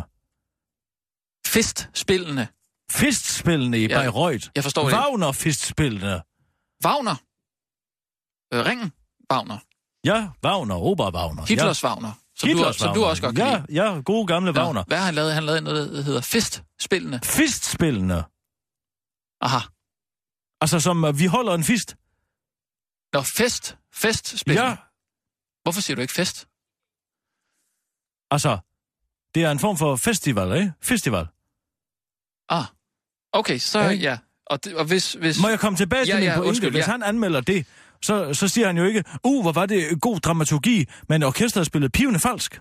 Festspillene. Festspillene i Ja, Bayreuth. jeg forstår det. Wagner-festspillene. Wagner. Øh, Ringen. Wagner. Ja, Wagner, Ober Wagner. Hitlers Wagner. Som, Hitlers du, som du også godt kan ja, lide. Ja, gode gamle Nå, Wagner. hvad har han lavet? Han lavede noget, der hedder Festspillene. Festspillene. Aha. Altså, som uh, vi holder en fest. Nå, fest. Festspillene. Ja, Hvorfor siger du ikke fest? altså, det er en form for festival, ikke? Festival. Ah, okay, så Ja. ja. Og, det, og hvis... hvis... Må jeg komme tilbage til Ja, min ja, pointe? undskyld, Hvis ja. han anmelder det, så, så siger han jo ikke, uh, hvor var det god dramaturgi, men orkestret spillede pivende falsk.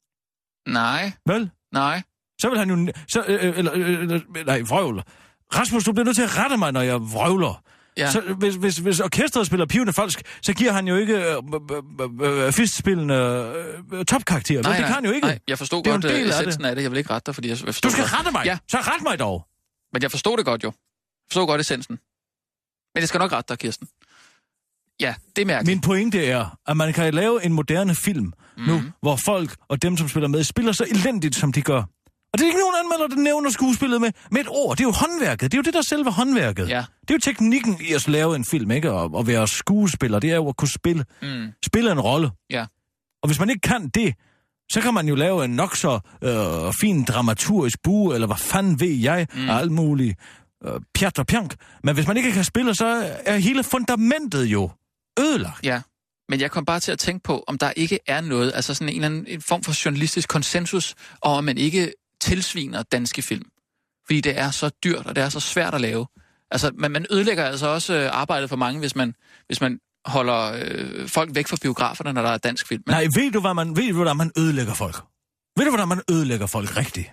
Nej, Vel? nej. Så vil han jo... Så, øh, eller, øh, øh, nej, vrøvler. Rasmus, du bliver nødt til at rette mig, når jeg vrøvler. Ja. Så hvis, hvis, hvis orkestret spiller pivende falsk, så giver han jo ikke øh, øh, øh, festspillende øh, topkarakterer. Nej, det kan han jo ikke. Nej, jeg forstod Det er jo godt en del uh, af essensen af det. Jeg vil ikke rette dig, fordi jeg jeg forstod Du skal godt. rette mig. Ja, Så ret mig dog. men jeg forstod det godt jo. Jeg forstod godt essensen. Men jeg skal nok rette dig, Kirsten. Ja, det er mærkeligt. Min pointe er, at man kan lave en moderne film mm. nu, hvor folk og dem, som spiller med, spiller så elendigt, som de gør. Og det er ikke nogen anmelder, der nævner skuespillet med, med et ord. Det er jo håndværket. Det er jo det, der er selve håndværket. Ja. Det er jo teknikken i at lave en film, ikke? Og, og være skuespiller. Det er jo at kunne spille, Mm. spille en rolle. Ja. Og hvis man ikke kan det, så kan man jo lave en nok så øh, fin dramaturgisk bue, eller hvad fanden ved jeg, mm. og alt muligt øh, pjat og pjank. Men hvis man ikke kan spille, så er hele fundamentet jo ødelagt. Ja, men jeg kom bare til at tænke på, om der ikke er noget, altså sådan en eller anden en form for journalistisk konsensus, og om man ikke tilsviner danske film. Fordi det er så dyrt, og det er så svært at lave. Altså, man, man ødelægger altså også øh, arbejdet for mange, hvis man, hvis man holder øh, folk væk fra biograferne, når der er dansk film. Men, Nej, ved du, hvad man, ved du, hvordan man ødelægger folk? Ved du, hvordan man ødelægger folk rigtigt?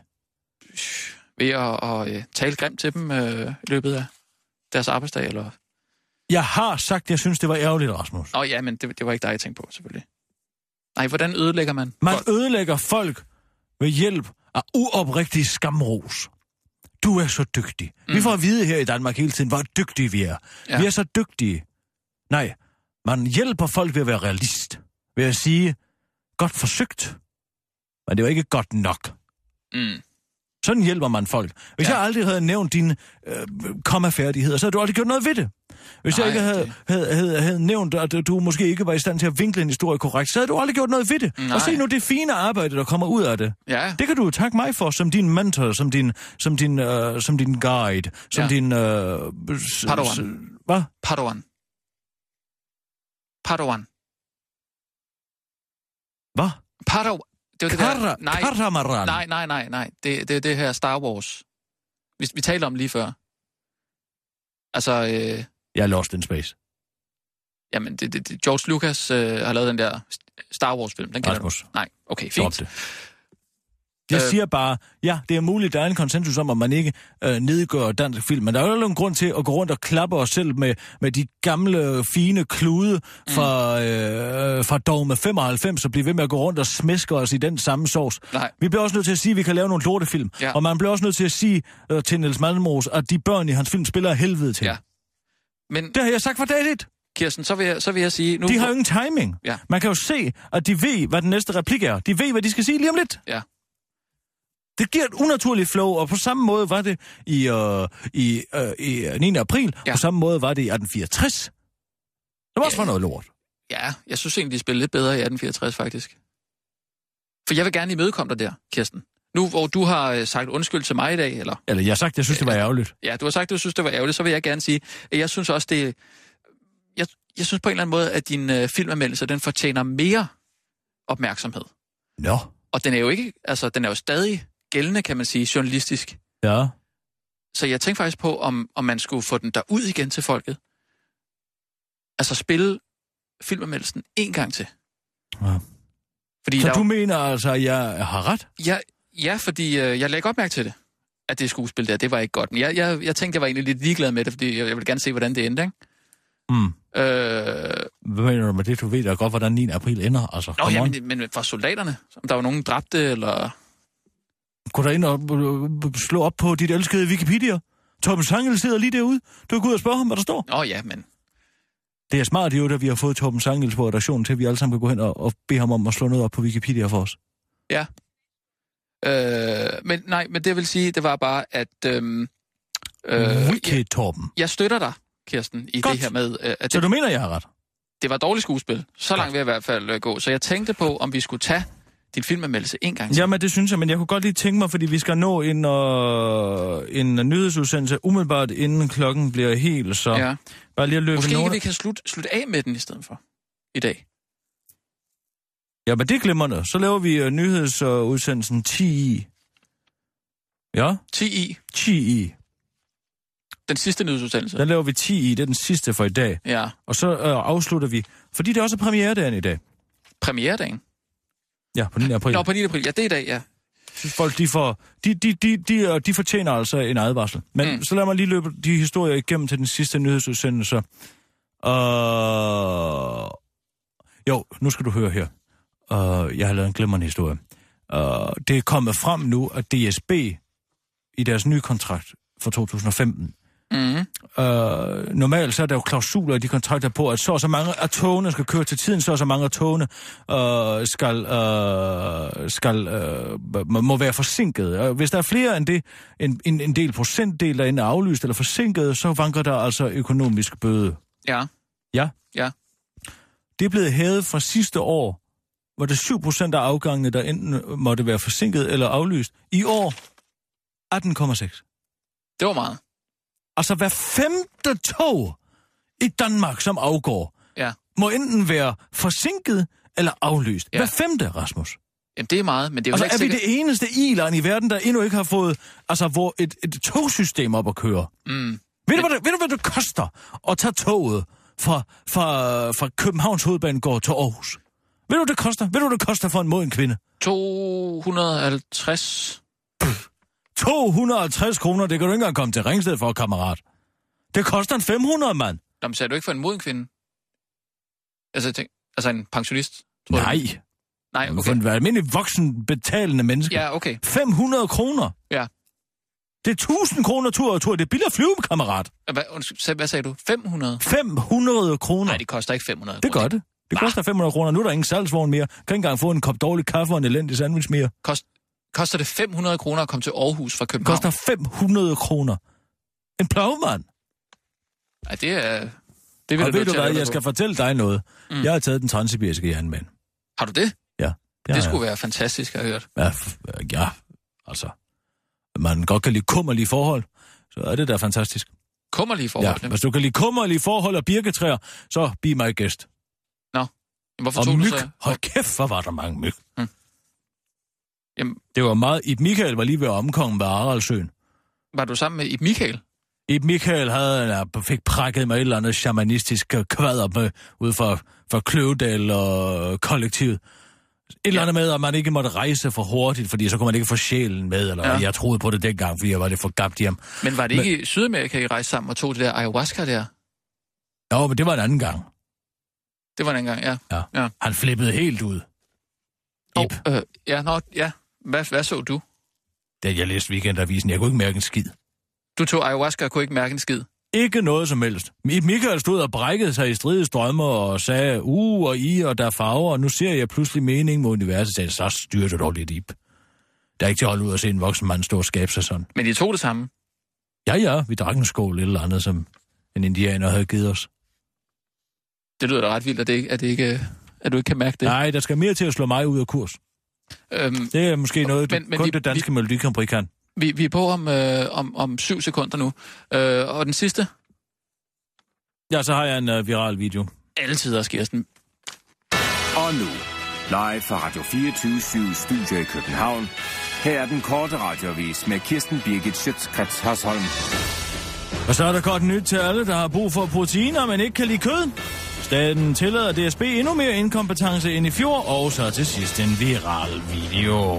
ved at, at øh, tale grimt til dem øh, i løbet af deres arbejdsdag, eller... Jeg har sagt, jeg synes, det var ærgerligt, Rasmus. Nå ja, men det, det var ikke dig, jeg tænkte på, selvfølgelig. Nej, hvordan ødelægger man Man folk? ødelægger folk ved hjælp af uoprigtig skamros. Du er så dygtig. Mm. Vi får at vide her i Danmark hele tiden, hvor dygtige vi er. Ja. Ja. Vi er så dygtige. Nej, man hjælper folk ved at være realist. Ved at sige, godt forsøgt, men det var ikke godt nok. Mm. Sådan hjælper man folk. Hvis Ja. ja. jeg aldrig havde nævnt dine øh, kommafærdigheder, så havde du aldrig gjort noget ved det. Hvis Nej, jeg ikke havde, det- havde, havde, havde nævnt, at du måske ikke var i stand til at vinkle en historie korrekt, så havde du aldrig gjort noget ved det. Nej. Og se nu det fine arbejde, der kommer ud af det. Ja, Det kan du jo takke mig for, som din mentor, som din, som din, øh, som din guide, som Ja. din... Øh, s- Padawan. s- Hvad? Padawan. Padawan. Hvad? Padawan. Det var det Kara, der... Nej, Katamaran. nej, nej, nej, nej. Det, det er det her Star Wars. Vi, vi talte om lige før. Altså, øh, Jeg er lost in space. jamen, det, det, det, George Lucas øh, har lavet den der Star Wars-film. Den kender Rasmus. du? Nej, okay, Stop fint. det. Jeg Øh. øh, siger bare, ja, det er muligt, der er en konsensus om, at man ikke øh, nedgør dansk film, men der er jo nogen grund til at gå rundt og klappe os selv med, med de gamle, fine klude fra, øh, fra Dogme femoghalvfems, og blive ved med at gå rundt og smæske os i den samme sovs. Nej. Vi bliver også nødt til at sige, at vi kan lave nogle lortefilm, Ja. og man bliver også nødt til at sige øh, til Niels Malmros, at de børn i hans film spiller af helvede til. Ja. Men Det har jeg sagt for dag et. Kirsten, så vil jeg, så vil jeg sige... Nu, De har jo ingen timing. Ja. Man kan jo se, at de ved, hvad den næste replik er. De ved, hvad de skal sige lige om lidt. Ja. Det giver et unaturligt flow, og på samme måde var det i, øh, i, øh, i niende april, Ja. ja. På samme måde var det i atten fireogtres. Det var også Ja. for noget lort. Ja, jeg synes egentlig, de spiller lidt bedre i atten fireogtres, faktisk. For jeg vil gerne imødekomme dig der, Kirsten. Nu, hvor du har øh, sagt undskyld til mig i dag, eller... Eller jeg har sagt, jeg synes, det var ærgerligt. Ja, du har sagt, at du synes, det var ærgerligt, så vil jeg gerne sige, at jeg synes også, det... Jeg, jeg synes på en eller anden måde, at din øh, filmanmeldelse, den fortjener mere opmærksomhed. Nå. Og den er jo ikke, altså den er jo stadig gældende, kan man sige, journalistisk. Ja. Så jeg tænkte faktisk på, om, om man skulle få den derud igen til folket. Altså spille filmanmeldelsen en gang til. Ja. Fordi Så der du jo, mener altså, at jeg har ret? ja, ja, fordi øh, jeg lagde godt mærke til det, at det skuespil der, det var ikke godt. Men jeg, jeg, jeg tænkte, jeg var egentlig lidt ligeglad med det, fordi jeg, jeg ville gerne se, hvordan det endte, ikke? Mm. Øh, Hvad mener du med det? Du ved da godt, hvordan niende april ender. Altså, Nå ja, men, men for soldaterne, om der var nogen dræbte, eller... Kunne du ind og slå op på dit elskede Wikipedia? Torben Sangel sidder lige derude. Du kan gå ud og spørge ham, hvad der står. Nå ja, men... Det er smart, jo, at vi har fået Torben Sangels på redaktionen til, at vi alle sammen kan gå hen og, og bede ham om at slå noget op på Wikipedia for os. Ja. Øh, men nej, men det vil sige, det var bare, at... Øhm, øh, Wicked, Torben. Jeg støtter dig, Kirsten, i Godt. det her med... Øh, at Så det, du mener, jeg har ret? det var dårligt skuespil. Så langt vil jeg i hvert fald øh, gå. Så jeg tænkte på, om vi skulle tage din filmanmeldelse en gang til. Jamen, det synes jeg, men jeg kunne godt lige tænke mig, fordi vi skal nå en, øh, en nyhedsudsendelse umiddelbart, inden klokken bliver helt, så Ja. bare lige at løbe Måske nogle... ikke, vi kan slutte, slutte af med den i stedet for i dag. Ja, men det er glimrende. Så laver vi uh, nyhedsudsendelsen ti i. Ja? ti i. ti i. Den sidste nyhedsudsendelse. Den laver vi ti i, det er den sidste for i dag. Ja. Og så øh, afslutter vi, fordi det er også premieredagen i dag. Premieredagen. Ja, på niende april. Nå, på niende april. Ja, det er i dag, ja. Folk, de, får, de, de, de, de, de fortjener altså en advarsel. Men mm. så lad mig lige løbe de historier igennem til den sidste nyhedsudsendelse. Uh... Jo, nu skal du høre her. Uh, jeg har lavet en glimrende historie. Uh, det er kommet frem nu, at D S B i deres nye kontrakt for to tusind og femten, Mm. Uh, normalt så er der jo klausuler i de kontrakter på, at så og så mange af togene skal køre til tiden, så og så mange af togene uh, skal, uh, skal uh, må være forsinket. Uh, hvis der er flere end det, en, en, en del procentdel, der er aflyst eller forsinket, så vanker der altså økonomisk bøde. Ja. Ja? Ja. Det er blevet hævet fra sidste år, hvor det syv procent af afgangene, der enten måtte være forsinket eller aflyst. I år atten komma seks. Det var meget. Altså hver femte tog i Danmark, som afgår, Ja. må enten være forsinket eller aflyst. Ja. Hver femte, Rasmus. Jamen, det er meget, men det er jo Altså ikke er vi sikkert... det eneste i-land i verden, der endnu ikke har fået altså, hvor et, et togsystem op at køre. Mm. Ved, du, hvad det, ved du, hvad det koster at tage toget fra, fra, fra Københavns Hovedbanegård til Aarhus? Ved du, hvad det koster? Ved du, hvad det koster for en moden kvinde? to hundrede og halvtreds. to hundrede og halvtreds kroner, det kan du ikke engang komme til Ringsted for, kammerat. Det koster en fem hundrede, mand. Nå, men sagde du ikke for en moden kvinde? Altså, jeg tænk, altså en pensionist? Tror Nej. Du? Nej, Okay. okay. For en almindelig voksen betalende menneske. Ja, okay. fem hundrede kroner. Ja. Det er tusind kroner tur og tur. Det er billigt at flyve, kammerat. Hvad, undskyld, hvad sagde du? fem hundrede? fem hundrede kroner. Nej, det koster ikke fem hundrede. Det gør det. Det koster fem hundrede kroner. Nu er der ingen salgsvogn mere. Kan ikke engang få en kop dårlig kaffe og en elendig sandwich mere. Kost, koster det fem hundrede kroner at komme til Aarhus fra Det København? koster fem hundrede kroner. En plovmand. Nej, det er... Det vil Og du ved du hvad, jeg skal på. fortælle dig noget. Mm. Jeg har taget den transsibiriske jernbane. Har du det? Ja. Det ja, skulle ja. være fantastisk, har jeg hørt. Ja, f- ja, altså. Man godt kan lide kummerlige forhold, så er det da fantastisk. Kummerlige forhold. Ja, hvis du kan lide kummerlige forhold og birketræer, så be my guest. Nå, hvorfor Og tog myg, du så... hold kæft, hvor var der mange myg. Hmm. Jamen, Det var meget... Ib Michael var lige ved at omkomme ved Araldsøen. var du sammen med Ib Michael? Ib Michael havde, ja, fik prakket med et eller andet shamanistisk kvader med, ud fra, fra Kløvedal og kollektivet. Et eller andet med, at man ikke måtte rejse for hurtigt, fordi så kunne man ikke få sjælen med, eller ja. Jeg troede på det dengang, fordi jeg var lidt for gabt hjem. Men var det Men... ikke i Sydamerika, I rejste sammen og tog det der ayahuasca der? Jo, men det var en anden gang. Det var en gang, ja. Ja. Ja. Han flippede helt ud. Ib. Oh, øh, ja, nå, ja. Hvad, hvad så du? Da jeg læste Weekendavisen, jeg kunne ikke mærke en skid. Du tog ayahuasca og kunne ikke mærke en skid? Ikke noget som helst. Ib Michael stod og brækkede sig i strides drømme og sagde, uh og i og der er farver, og nu ser jeg pludselig mening med universet. Så styrer du dog lidt, Ib. Der er ikke til at holde ud at se en voksen mand stå og skabe sig sådan. Men I tog det samme? Ja, ja, vi drak en skål eller andet, som en indianer havde givet os. Det lyder da ret vildt, at, det ikke, at, det ikke, at du ikke kan mærke det. Nej, der skal mere til at slå mig ud af kurs. Øhm, Det er måske noget, men, men, men kun vi, det danske Melodi Grand Prix kan. Vi, vi er på om, øh, om, om syv sekunder nu. Øh, og den sidste? Ja, så har jeg en uh, viral video. Altid, Kirsten. Og nu, Live fra Radio fireogtyve syv Studio i København. Her er den korte radioavis med Kirsten Birgit Schøtz-Krets Hørsholm. Og så er der godt nyt til alle, der har brug for proteiner, men ikke kan lide kød. Staten tillader D S B endnu mere inkompetence end i fjor, og så til sidst en viral video.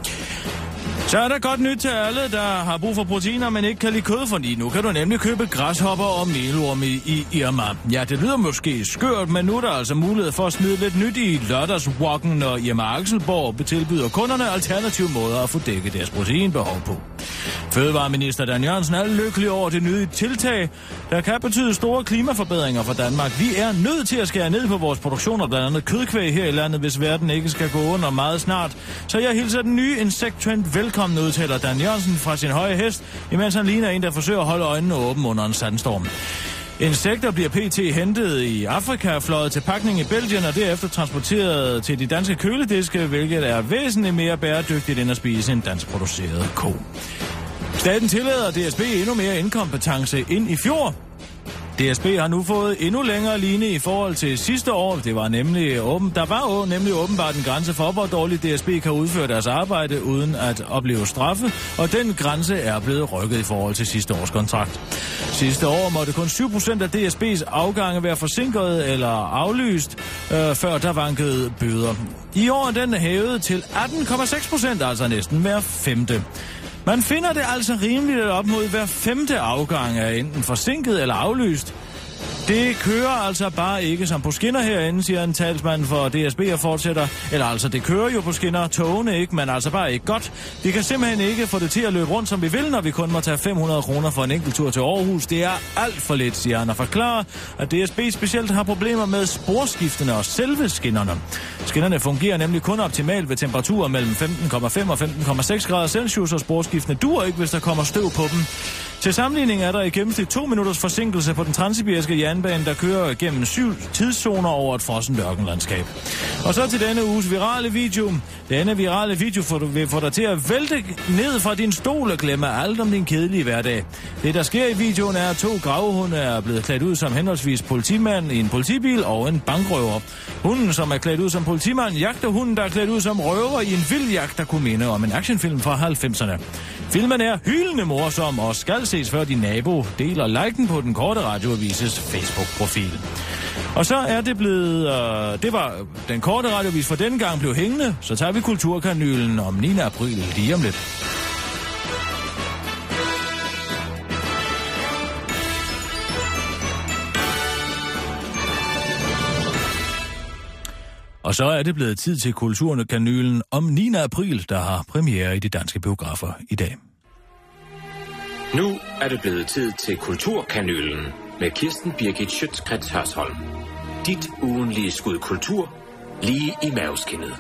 Så er der godt nyt til alle, der har brug for proteiner, men ikke kan lide kød, fordi nu kan du nemlig købe græshopper og melorm i, i Irma. Ja, det lyder måske skørt, men nu er der altså mulighed for at smide lidt nyt i lørdagswalken, når Irma Axelborg tilbyder kunderne alternative måder at få dækket deres proteinbehov på. Fødevareminister Dan Jørgensen er lykkelig over det nye tiltag, der kan betyde store klimaforbedringer for Danmark. Vi er nødt til at skære ned på vores produktion af blandt andet kødkvæg her i landet, hvis verden ikke skal gå under meget snart. Så jeg hilser den nye insekttrend velkommen, udtaler Dan Jørgensen fra sin høje hest, imens han ligner en, der forsøger at holde øjnene åbne under en sandstorm. Insekter bliver pt. Hentet i Afrika, fløjet til pakning i Belgien og derefter transporteret til de danske kølediske, hvilket er væsentligt mere bæredygtigt end at spise en danskproduceret ko. Staten tillader D S B endnu mere inkompetence end i fjor. D S B har nu fået endnu længere linje i forhold til sidste år. Det var nemlig åben, der var nemlig åbenbart en grænse for, hvor dårligt D S B kan udføre deres arbejde uden at opleve straffe, og den grænse er blevet rykket i forhold til sidste års kontrakt. Sidste år måtte kun syv procent af D S B's afgange være forsinket eller aflyst, øh, før der vankede bøder. I år er den hævet til atten komma seks procent, altså næsten hver femte. Man finder det altså rimeligt, at op mod hver femte afgang er enten forsinket eller aflyst. Det kører altså bare ikke som på skinner herinde, siger en talsmand for D S B og fortsætter. Eller altså, det kører jo på skinner, togene ikke, men altså bare ikke godt. Vi kan simpelthen ikke få det til at løbe rundt, som vi vil, når vi kun må tage fem hundrede kroner for en enkelt tur til Aarhus. Det er alt for lidt, siger han og forklarer, at D S B specielt har problemer med sporskiftene og selve skinnerne. Skinnerne fungerer nemlig kun optimalt ved temperaturer mellem femten komma fem og femten komma seks grader Celsius, og sporskiftene duer ikke, hvis der kommer støv på dem. Til sammenligning er der i gennemsnit to minutters forsinkelse på den transsibiriske jernbane, der kører gennem syv tidszoner over et frossent ørkenlandskab. Og så til denne uges virale video. Denne virale video får du, vil få dig til at vælte ned fra din stol og glemme alt om din kedelige hverdag. Det, der sker i videoen, er, at to gravehunde er blevet klædt ud som henholdsvis politimand i en politibil og en bankrøver. Hunden, som er klædt ud som politimand, jagter hunden, der er klædt ud som røver i en vild jagt, der kunne minde om en actionfilm fra halvfemserne. Filmen er hyldende morsom og skal ses, før din nabo deler liken på den korte radioavises Facebook-profil. Og så er det blevet... Øh, det var den korte radioavis for denne gang blev hængende, så tager vi Kulturkanylen om niende april lige om lidt. Og så er det blevet tid til Kulturkanylen om niende april, der har premiere i de danske biografer i dag. Nu er det blevet tid til Kulturkanylen med Kirsten Birgit Schøtz-Krets Hørsholm. Dit ugenlige skud kultur lige i maveskindet.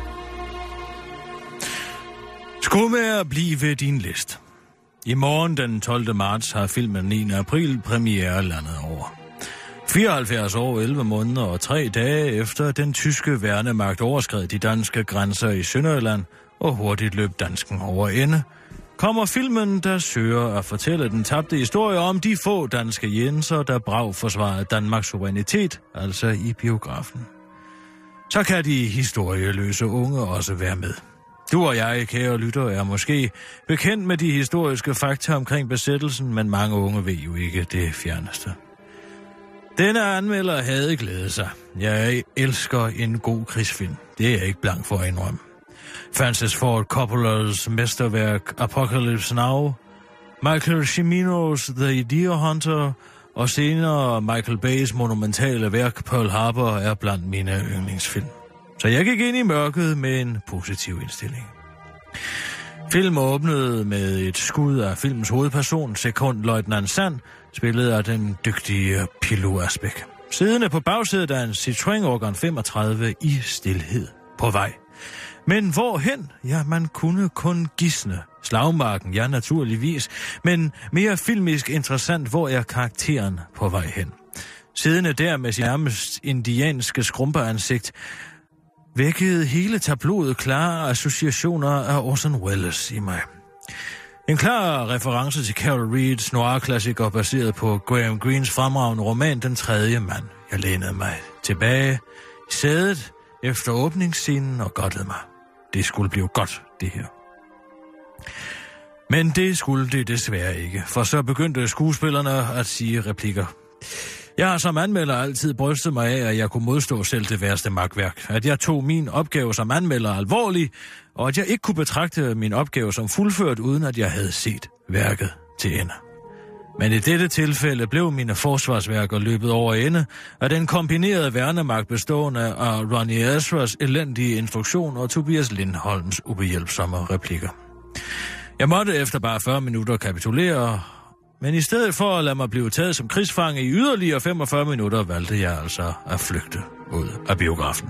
Skud med at blive ved din list. I morgen den tolvte marts har filmen niende april premiere landet over. fireoghalvfjerds år, elleve måneder og tre dage efter den tyske værnemagt overskred de danske grænser i Sønderjylland og hurtigt løb dansken over ende, kommer filmen, der søger at fortælle den tabte historie om de få danske jenser, der brav forsvarede Danmarks suverænitet, altså i biografen. Så kan de historieløse unge også være med. Du og jeg, kære lytter, er måske bekendt med de historiske fakta omkring besættelsen, men mange unge ved jo ikke det fjerneste. Denne anmelder havde glædet sig. Jeg elsker en god krigsfilm. Det er jeg ikke blank for at indrømme. Francis Ford Coppola's mesterværk Apocalypse Now, Michael Ciminos The Deer Hunter og senere Michael Bay's monumentale værk Pearl Harbor er blandt mine yndlingsfilm. Så jeg gik ind i mørket med en positiv indstilling. Film åbnede med et skud af filmens hovedperson, sekondløjtnant Sand, spillet af den dygtige Pilo Asbæk. Siddende på bagsædet af en Citroën Organ femogtredive i stilhed på vej. Men hvorhen? Ja, man kunne kun gisne. Slagmarken, ja naturligvis, men mere filmisk interessant, hvor er karakteren på vej hen. Siddende der med sin nærmest indianske skrumpeansigt, vækkede hele tabloet klare associationer af Orson Welles i mig. En klar reference til Carol Reeds noir-klassiker baseret på Graham Greens fremragende roman Den tredje mand. Jeg lænede mig tilbage i sædet, efter åbningsscenen og godtede mig. Det skulle blive godt, det her. Men det skulle det desværre ikke, for så begyndte skuespillerne at sige replikker. Jeg har som anmelder altid brystet mig af, at jeg kunne modstå selv det værste magtværk. At jeg tog min opgave som anmelder alvorlig, og at jeg ikke kunne betragte min opgave som fuldført, uden at jeg havde set værket til ende. Men i dette tilfælde blev mine forsvarsværker løbet over ende af den kombinerede værnemagt bestående af Ronnie Ezras elendige instruktion og Tobias Lindholms ubehjælpsomme replikker. Jeg måtte efter bare fyrre minutter kapitulere, men i stedet for at lade mig blive taget som krigsfange i yderligere femogfyrre minutter, valgte jeg altså at flygte ud af biografen.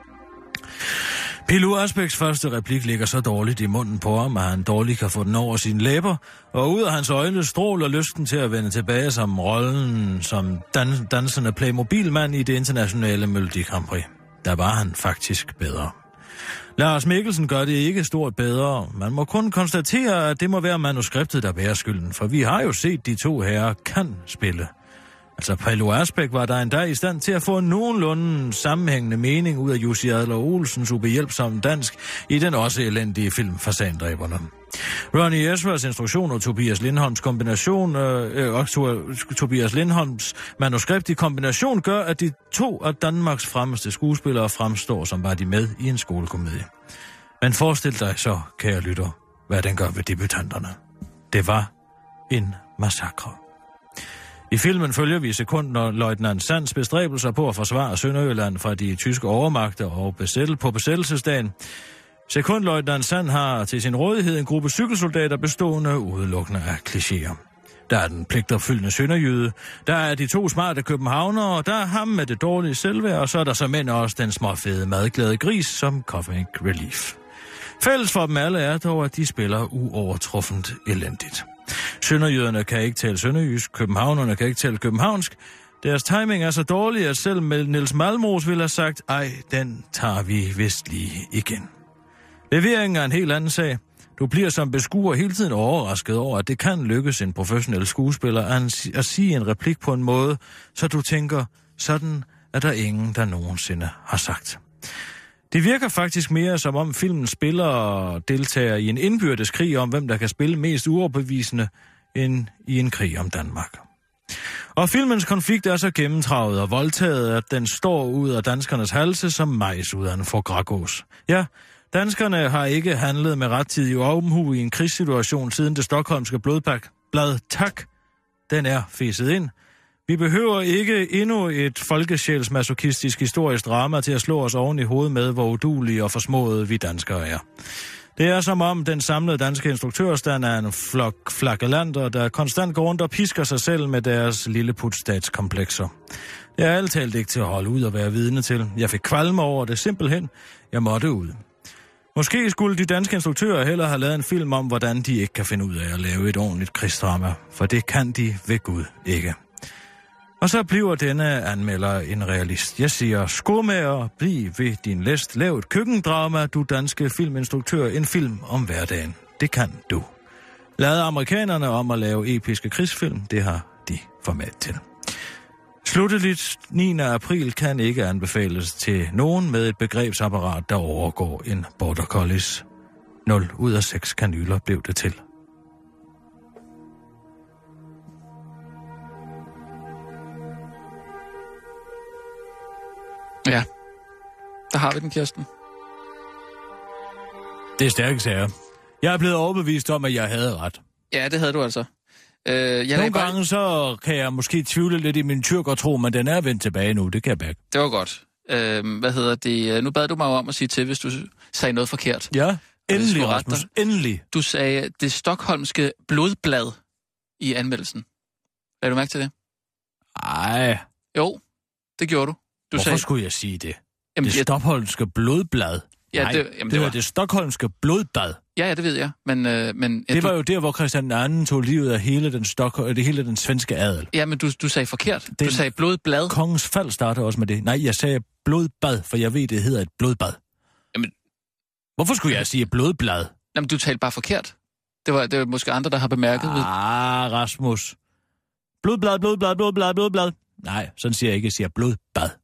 Pilou Asbæks første replik ligger så dårligt i munden på ham, at han dårligt kan få den over sine læber, og ud af hans øjne stråler lysten til at vende tilbage som rollen som dan- dansende Playmobil-mand i det internationale Melodi Grand Prix. Der var han faktisk bedre. Lars Mikkelsen gør det ikke stort bedre. Man må kun konstatere, at det må være manuskriptet, der bærer skylden, for vi har jo set, de to herrer kan spille. Altså, Pilou Asbæk var der endda i stand til at få en nogenlunde sammenhængende mening ud af Jussi Adler Olsens ubehjælpsomme dansk i den også elendige film Fasandræberne. Ronnie Ezras instruktion og Tobias Lindholms kombination, øh, og Tobias Lindholms manuskript i kombination gør, at de to af Danmarks fremmeste skuespillere fremstår, som var de med i en skolekomedie. Men forestil dig så, kære lytter, hvad den gør ved debutanterne. Det var en massakre. I filmen følger vi sekund, når løjtnant Sands bestræbelser på at forsvare Sønderjylland fra de tyske overmagter og besættel på besættelsesdagen. Sekundløjtnant Sand har til sin rådighed en gruppe cykelsoldater bestående udelukkende af klichéer. Der er den pligtopfyldende sønderjyde, der er de to smarte københavnere, der er ham med det dårlige selvværd, og så er der så mænd også den småfede madglade gris som comic relief. Fælles for dem alle er dog, at de spiller uovertruffent elendigt. Sønderjyderne kan ikke tale sønderjysk, københavnerne kan ikke tale københavnsk. Deres timing er så dårlig, at selv Niels Malmros ville have sagt, ej, den tager vi vist lige igen. Leveringen er en helt anden sag. Du bliver som beskuer hele tiden overrasket over, at det kan lykkes en professionel skuespiller at sige en replik på en måde, så du tænker, sådan er der ingen, der nogensinde har sagt. Det virker faktisk mere som om filmen spiller og deltager i en indbyrdes krig om, hvem der kan spille mest uoverbevisende, end i en krig om Danmark. Og filmens konflikt er så gennemtravet og voldtaget, at den står ud af danskernes halse som majs ud af en forgrækås. Ja, danskerne har ikke handlet med rettidig omhu i en krigssituation siden det stokholmske blodblad. Tak, den er fæset ind. Vi behøver ikke endnu et folkesjælsmasochistisk historisk drama til at slå os oven i hovedet med, hvor udulige og forsmåede vi danskere er. Det er som om den samlede danske instruktørstand er en flok flagellanter, der konstant går rundt og pisker sig selv med deres lille putstatskomplekser. Det er alt talt ikke til at holde ud og være vidne til. Jeg fik kvalme over det simpelthen. Jeg måtte ud. Måske skulle de danske instruktører hellere have lavet en film om, hvordan de ikke kan finde ud af at lave et ordentligt krigsdrama, for det kan de ved Gud ikke. Og så bliver denne anmelder en realist. Jeg siger, skomager, bliv ved din læst. Lav et køkkendrama, du danske filminstruktør, en film om hverdagen. Det kan du. Lad amerikanerne om at lave episke krigsfilm, det har de format til. Slutteligt niende april kan ikke anbefales til nogen med et begrebsapparat, der overgår en border collies. nul ud af seks kanyler blev det til. Ja, der har vi den, Kirsten. Det er stærke sager. Jeg er blevet overbevist om, at jeg havde ret. Ja, det havde du altså. Øh, jeg Nogle bare... gange så kan jeg måske tvivle lidt i min tyrkertro, men den er vendt tilbage nu, det kan jeg bakke. Det var godt. Øh, hvad hedder det? Nu bad du mig om at sige til, hvis du sagde noget forkert. Ja, endelig, Rasmus, endelig. Du sagde det stokholmske blodblad i anmeldelsen. Lad du mærke til det? Ej. Jo, det gjorde du. du Hvorfor sagde... skulle jeg sige det? Jamen, det jeg... stokholmske blodblad? Ja, Nej, det, jamen, det, det var var det stokholmske blodbad. Ja, ja, det ved jeg. Men, øh, men, ja, det var du... jo der, hvor Christian den anden tog livet af hele den, Stok... det hele den svenske adel. Ja, men du, du sagde forkert. Den... Du sagde blodblad. Kongens fald startede også med det. Nej, jeg sagde blodbad, for jeg ved, det hedder et blodbad. Jamen... Hvorfor skulle jeg sige blodblad? Jamen, du talte bare forkert. Det var, det var måske andre, der har bemærket. Ah, Rasmus. Blodblad, blodblad, blodblad, blodblad. Nej, sådan siger jeg ikke. Jeg siger blodbad.